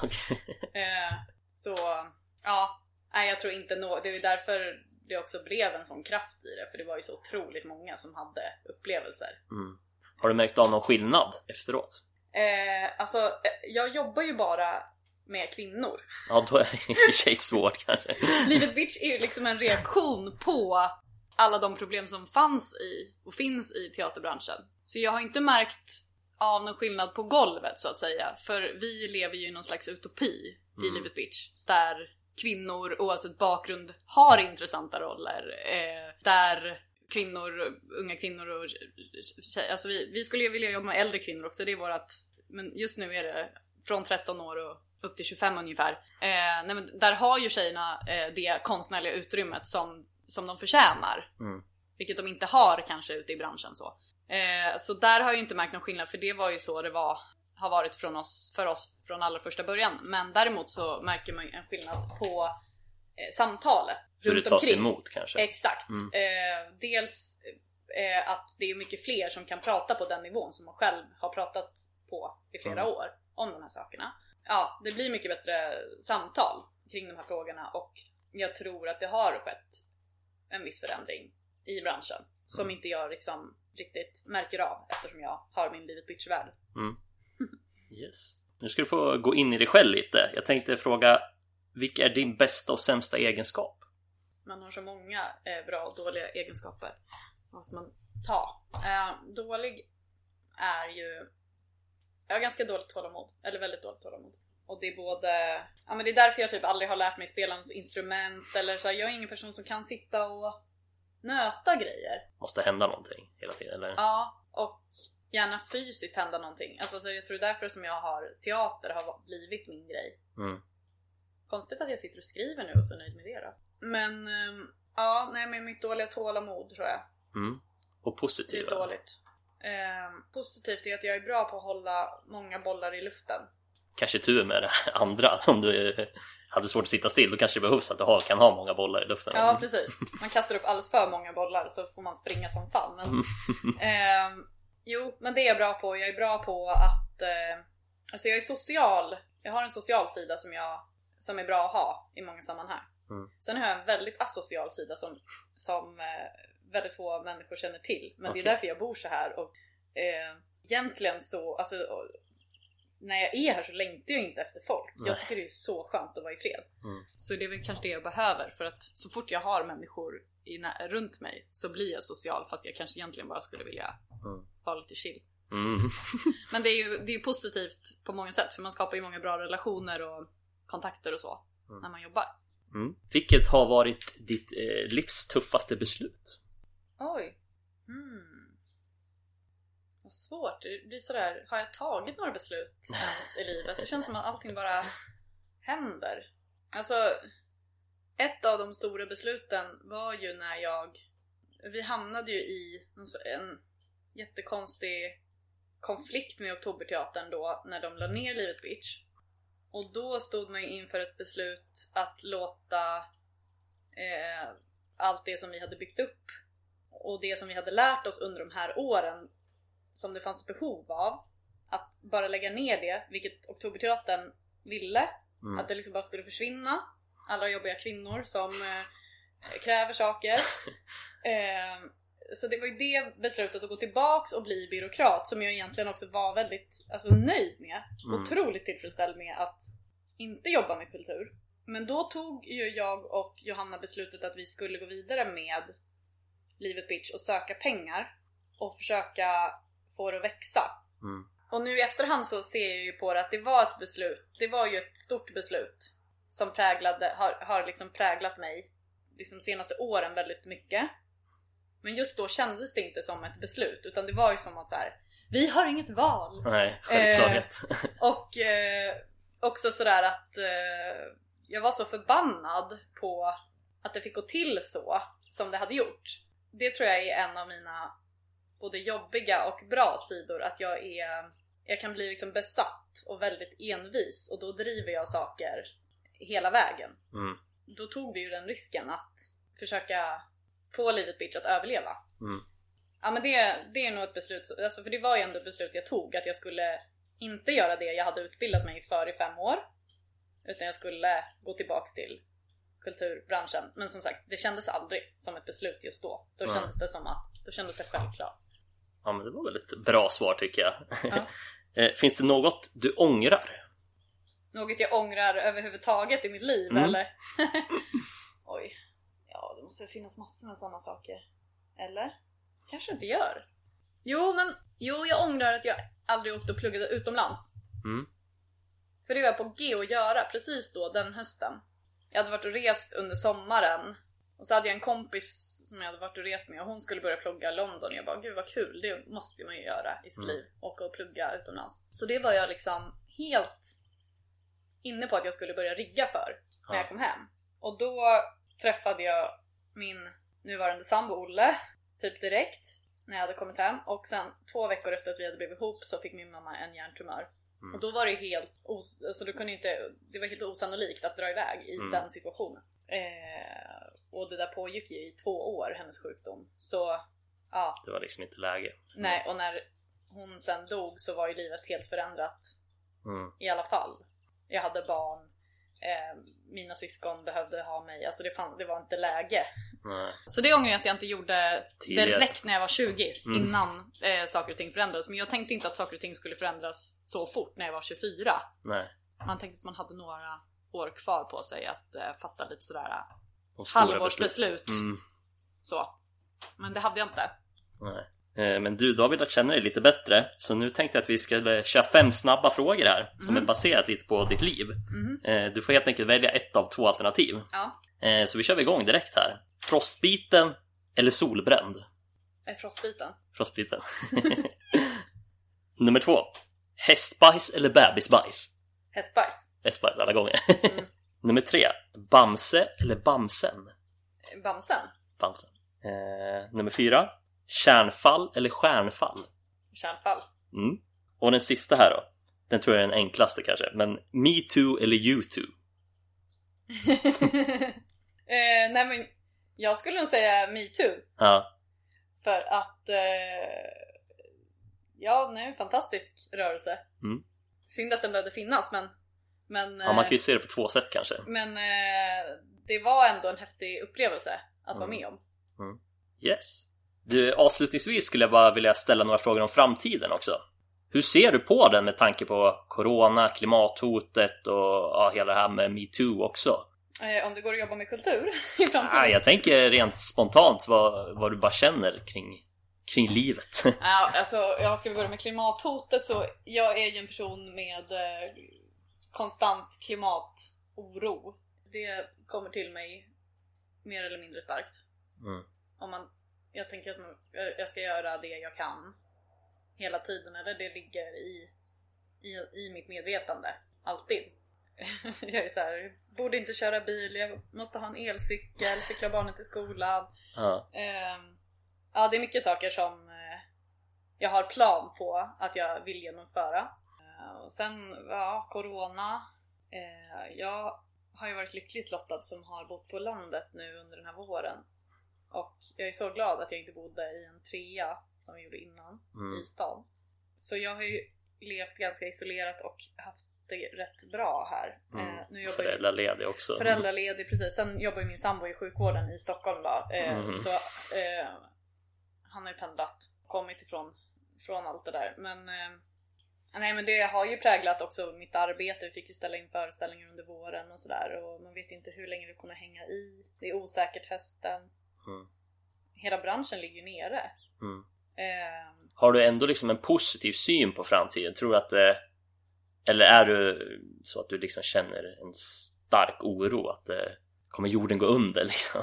Så ja, nej, jag tror inte det är därför det också blev en sån kraft i det, för det var ju så otroligt många som hade upplevelser. Har du märkt av någon skillnad efteråt? Alltså, jag jobbar ju bara med kvinnor. Ja, då är det i och för sig svårt kanske. Livet Bitch är ju liksom en reaktion på alla de problem som fanns och finns i teaterbranschen. Så jag har inte märkt av någon skillnad på golvet så att säga. För vi lever ju i någon slags utopi i Livet Bitch, där kvinnor oavsett bakgrund har intressanta roller. Där unga kvinnor och tjejer, alltså vi skulle ju vilja jobba med äldre kvinnor också, det är vårat, men just nu är det från 13 år och upp till 25 ungefär. Nej, men där har ju tjejerna det konstnärliga utrymmet som de förtjänar. Vilket de inte har kanske ute i branschen så. Så där har jag ju inte märkt någon skillnad, för det var ju så det har varit för oss från allra första början. Men däremot så märker man ju en skillnad på samtalet hur det tas emot kanske. Exakt. Dels att det är mycket fler som kan prata på den nivån som man själv har pratat på i flera år om de här sakerna. Ja, det blir mycket bättre samtal kring de här frågorna, och jag tror att det har skett en viss förändring i branschen som inte jag liksom riktigt märker av, eftersom jag har min Livet Bitch-värld. Yes. Nu ska du få gå in i dig själv lite. Jag tänkte fråga, vilka är din bästa och sämsta egenskap? Man har så många bra och dåliga egenskaper. Vad måste man ta? Dålig är ju... Jag har ganska dåligt tålamod. Eller väldigt dåligt tålamod. Och det är både... Ja, men det är därför jag typ aldrig har lärt mig spela något instrument. Eller så här, jag är ingen person som kan sitta och nöta grejer. Måste hända någonting hela tiden, eller? Ja, och gärna fysiskt hända någonting. Alltså så jag tror därför som jag har teater har blivit min grej. Konstigt att jag sitter och skriver nu och så nöjd med det då. Men ja, nej, men mitt dåliga tålamod tror jag. Och positiva? Det är dåligt. Positivt är att jag är bra på att hålla många bollar i luften. Kanske tur med det andra. Om du hade svårt att sitta still, då kanske det behövs att du kan ha många bollar i luften. Ja, precis. Man kastar upp alldeles för många bollar så får man springa som fan. Men, jo, men det är jag bra på. Jag är bra på att... alltså jag är social. Jag har en social sida som är bra att ha i många sammanhang. Sen har jag en väldigt asocial sida som väldigt få människor känner till. Men det är därför jag bor så här. Och egentligen så... Alltså, när jag är här så längtar jag inte efter folk. Jag tycker det är så skönt att vara i fred. Så det är väl kanske det jag behöver. För att så fort jag har människor runt mig så blir jag social. Fast jag kanske egentligen bara skulle vilja vara lite chill. Men det är ju positivt på många sätt. För man skapar ju många bra relationer och kontakter och så när man jobbar. Vilket har varit ditt livs tuffaste beslut? Oj. Vad svårt. Det blir sådär, har jag tagit några beslut ens i livet? Det känns som att allting bara händer. Alltså, ett av de stora besluten var ju när vi hamnade ju i en jättekonstig konflikt med Oktoberteatern då, när de la ner Livet Bitch. Och då stod man ju inför ett beslut att låta allt det som vi hade byggt upp och det som vi hade lärt oss under de här åren som det fanns ett behov av, att bara lägga ner det, vilket Oktoberteatern ville, att det liksom bara skulle försvinna, alla jobbiga kvinnor som kräver saker. Så det var ju det beslutet att gå tillbaks och bli byråkrat som jag egentligen också var väldigt nöjd med, otroligt tillfredsställd med att inte jobba med kultur. Men då tog ju jag och Johanna beslutet att vi skulle gå vidare med Livet Bitch och söka pengar och försöka få det att växa. Och nu i efterhand så ser jag ju på det att det var ett beslut. Det var ju ett stort beslut som har liksom präglat mig liksom senaste åren väldigt mycket. Men just då kändes det inte som ett beslut, utan det var ju som att så här, vi har inget val. Nej, självklarhet. Och också sådär att jag var så förbannad på att det fick gå till så som det hade gjort. Det tror jag är en av mina både jobbiga och bra sidor, att jag kan bli liksom besatt och väldigt envis, och då driver jag saker hela vägen. Då tog vi ju den risken att försöka få Livet Bitch att överleva. Ja, men det är nog ett beslut, alltså, för det var ju ändå ett beslut jag tog, att jag skulle inte göra det jag hade utbildat mig för i 5 år, utan jag skulle gå tillbaks till kulturbranschen. Men som sagt, det kändes aldrig som ett beslut just då. Då kändes det som att, då kändes det självklart. Ja, men det var väl ett bra svar tycker jag. Finns det något du ångrar? Något jag ångrar överhuvudtaget i mitt liv, eller? Oj. Ja, det måste finnas massor med sådana saker. Eller? Kanske inte gör. Jo, jag ångrar att jag aldrig åkte och pluggade utomlands. För det var jag på G att göra precis då, den hösten. Jag hade varit och rest under sommaren. Och så hade jag en kompis som jag hade varit och rest med, och hon skulle börja plugga i London. Och jag bara, gud vad kul, det måste man ju göra i sitt liv. Åka och plugga utomlands. Så det var jag liksom helt inne på att jag skulle börja rigga för när jag kom hem. Och då träffade jag min nuvarande sambo Olle typ direkt när jag hade kommit hem. Och sen 2 veckor efter att vi hade blivit ihop så fick min mamma en hjärntumör. Och då var det helt alltså det var helt osannolikt att dra iväg i den situationen. Och det där pågick ju i 2 år, hennes sjukdom. Så ja, det var liksom inte läge. Nej, och när hon sen dog så var ju livet helt förändrat. I alla fall. Jag hade barn, mina syskon behövde ha mig. Alltså det var inte läge. Nej. Så det ångrar jag att jag inte gjorde direkt när jag var 20, innan saker och ting förändrades. Men jag tänkte inte att saker och ting skulle förändras så fort när jag var 24. Nej. Man tänkte att man hade några år kvar på sig att fatta lite sådär halvårsbeslut. Så. Men det hade jag inte. Nej. Men du har velat känna dig lite bättre. Så nu tänkte jag att vi ska köra 5 snabba frågor här som är baserat lite på ditt liv. Du får helt enkelt välja ett av 2 alternativ. Ja. Så vi kör igång direkt här. Frostbiten eller solbränd? Frostbiten. Nummer 2. Hästbajs eller bebisbajs? Hästbajs alla gånger. Nummer 3. Bamse eller Bamsen? Bamsen. Nummer 4. Kärnfall eller stjärnfall? Kärnfall. Och den sista här då. Den tror jag är den enklaste kanske. Men Me Too eller You Too? Nej men jag skulle nog säga Me Too. Ja. För att en fantastisk rörelse. Synd att den behövde finnas, men ja, man kan ju se det på 2 sätt kanske. Men det var ändå en häftig upplevelse att vara med om. Yes. Du, avslutningsvis skulle jag bara vilja ställa några frågor om framtiden också. Hur ser du på den med tanke på corona, klimathotet och hela det här med Me Too också? Om det går att jobba med kultur i framtiden? Jag tänker rent spontant vad du bara känner kring livet. Ja, alltså, ska vi börja med klimathotet, så jag är ju en person med konstant klimatoro. Det kommer till mig mer eller mindre starkt. Jag tänker att jag ska göra det jag kan hela tiden, eller det ligger i mitt medvetande alltid. Jag är så här, borde inte köra bil, jag måste ha en elcykel, cykla barnen till skolan. Det är mycket saker som jag har plan på att jag vill genomföra. Och sen, corona. Jag har ju varit lyckligt lottad som har bott på landet nu under den här våren. Och jag är så glad att jag inte bodde i en 3 som vi gjorde innan i stan. Så jag har ju levt ganska isolerat och haft det rätt bra här. Nu jobbar föräldraledig också. Föräldraledig, precis. Sen jobbar ju min sambo i sjukvården i Stockholm då. Så han har ju pendlat, kommit från allt det där. Men det har ju präglat också mitt arbete. Vi fick ju ställa in föreställningar under våren och sådär. Och man vet inte hur länge det kommer hänga i. Det är osäkert hösten. Hela branschen ligger ju nere. Har du ändå liksom en positiv syn på framtiden? Tror du att eller är du så att du liksom känner en stark oro att kommer jorden gå under liksom?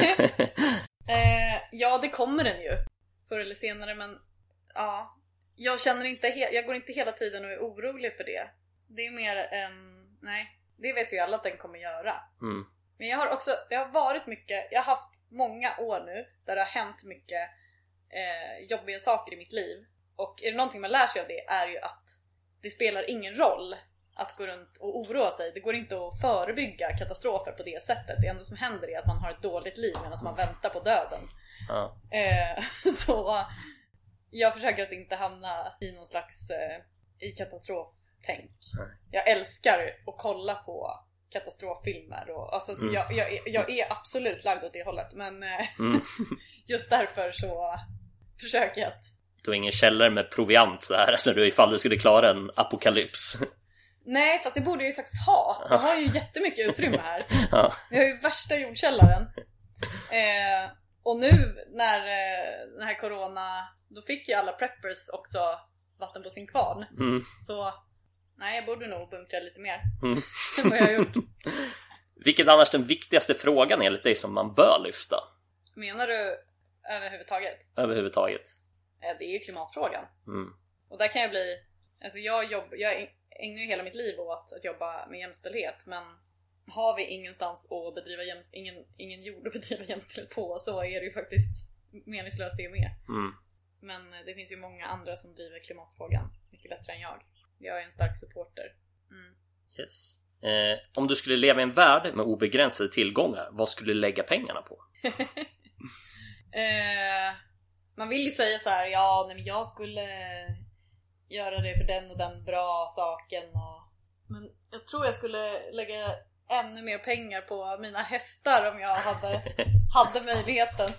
Ja, det kommer den ju förr eller senare, men jag känner jag går inte hela tiden och är orolig för det. Det är mer det vet vi alla att den kommer göra. Men jag har varit mycket, jag har haft många år nu där det har hänt mycket jobbiga saker i mitt liv. Och är det någonting man lär sig av det är ju att det spelar ingen roll att gå runt och oroa sig. Det går inte att förebygga katastrofer på det sättet. Det enda som händer är att man har ett dåligt liv medan man väntar på döden. Så jag försöker att inte hamna i någon slags i katastroftänk. Jag älskar att kolla på katastroffilmer och, alltså, jag är absolut lagd åt det hållet, men just därför så försöker jag att... Du har ingen källare med proviant så här, alltså, ifall du skulle klara en apokalyps. Nej, fast det borde jag ju faktiskt ha. Jag har ju jättemycket utrymme här. Vi har ju värsta jordkällaren. Och nu när den här corona, då fick ju alla preppers också vatten på sin kvarn. Så nej, jag borde nog bunkra lite mer än vad jag har gjort. Vilket annars den viktigaste frågan enligt dig som man bör lyfta? Menar du överhuvudtaget? Överhuvudtaget. Det är ju klimatfrågan. Och där kan jag bli... Alltså jag ägnar ju hela mitt liv åt att jobba med jämställdhet. Men har vi ingenstans att bedriva ingen jord att bedriva jämställdhet på, så är det ju faktiskt meningslöst det med. Men det finns ju många andra som driver klimatfrågan mycket bättre än jag. Jag är en stark supporter. Yes. Om du skulle leva i en värld med obegränsade tillgångar, vad skulle du lägga pengarna på? Man vill ju säga så här, men jag skulle göra det för den och den bra saken. Men jag tror jag skulle lägga ännu mer pengar på mina hästar om jag hade möjligheten.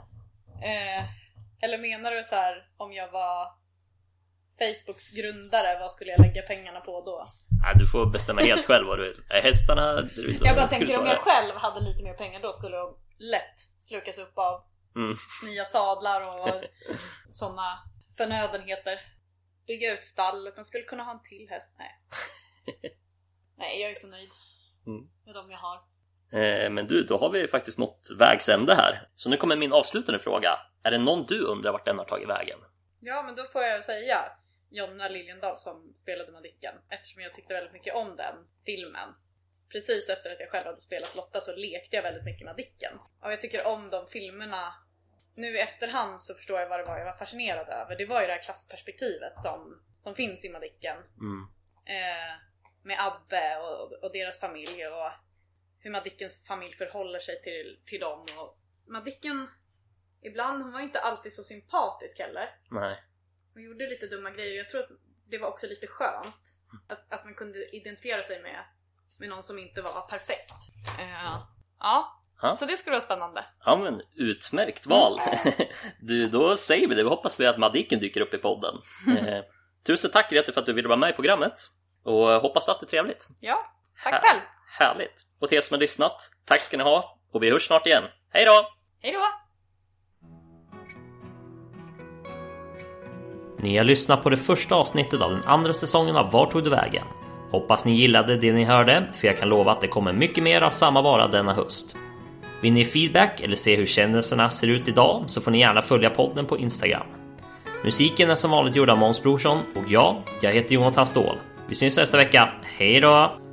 Eller menar du så här, om jag var Facebooks grundare, vad skulle jag lägga pengarna på då? Du får bestämma helt själv vad du vill. Hästarna... Jag bara tänker, om jag själv hade lite mer pengar, då skulle de lätt slukas upp av nya sadlar och sådana förnödenheter. Bygga ut stallet. Man skulle kunna ha en till häst. Nej, jag är så nöjd med dem jag har. Men du, då har vi faktiskt nått vägs ände här. Så nu kommer min avslutande fråga. Är det någon du undrar vart den har tagit vägen? Ja, men då får jag säga Jonna Liljendahl som spelade Madicken. Eftersom jag tyckte väldigt mycket om den filmen. Precis efter att jag själv hade spelat Lotta så lekte jag väldigt mycket Madicken. Och jag tycker om de filmerna. Nu i efterhand så förstår jag vad det var jag var fascinerad över. Det var ju det här klassperspektivet som finns i Madicken. Med Abbe och deras familj och hur Madickens familj förhåller sig till dem. Och Madicken, ibland, hon var inte alltid så sympatisk heller. Nej. Hon gjorde lite dumma grejer. Jag tror att det var också lite skönt att man kunde identifiera sig med någon som inte var perfekt. Ja. Så det skulle vara spännande. Ja, men utmärkt val. Du, då säger vi det. Vi hoppas att Madicken dyker upp i podden. Tusen tack Grete för att du ville vara med i programmet. Och hoppas att det är trevligt. Ja, tack själv. Härligt. Och till er som har lyssnat, tack ska ni ha. Och vi hörs snart igen. Hej då! Hej då! Ni har lyssnat på det första avsnittet av den andra säsongen av Var tog du vägen? Hoppas ni gillade det ni hörde, för jag kan lova att det kommer mycket mer av samma vara denna höst. Vill ni feedback eller se hur kändisarna ser ut idag så får ni gärna följa podden på Instagram. Musiken är som vanligt gjord av Måns Brorsson och jag heter Jonathan Ståhl. Vi syns nästa vecka. Hej då!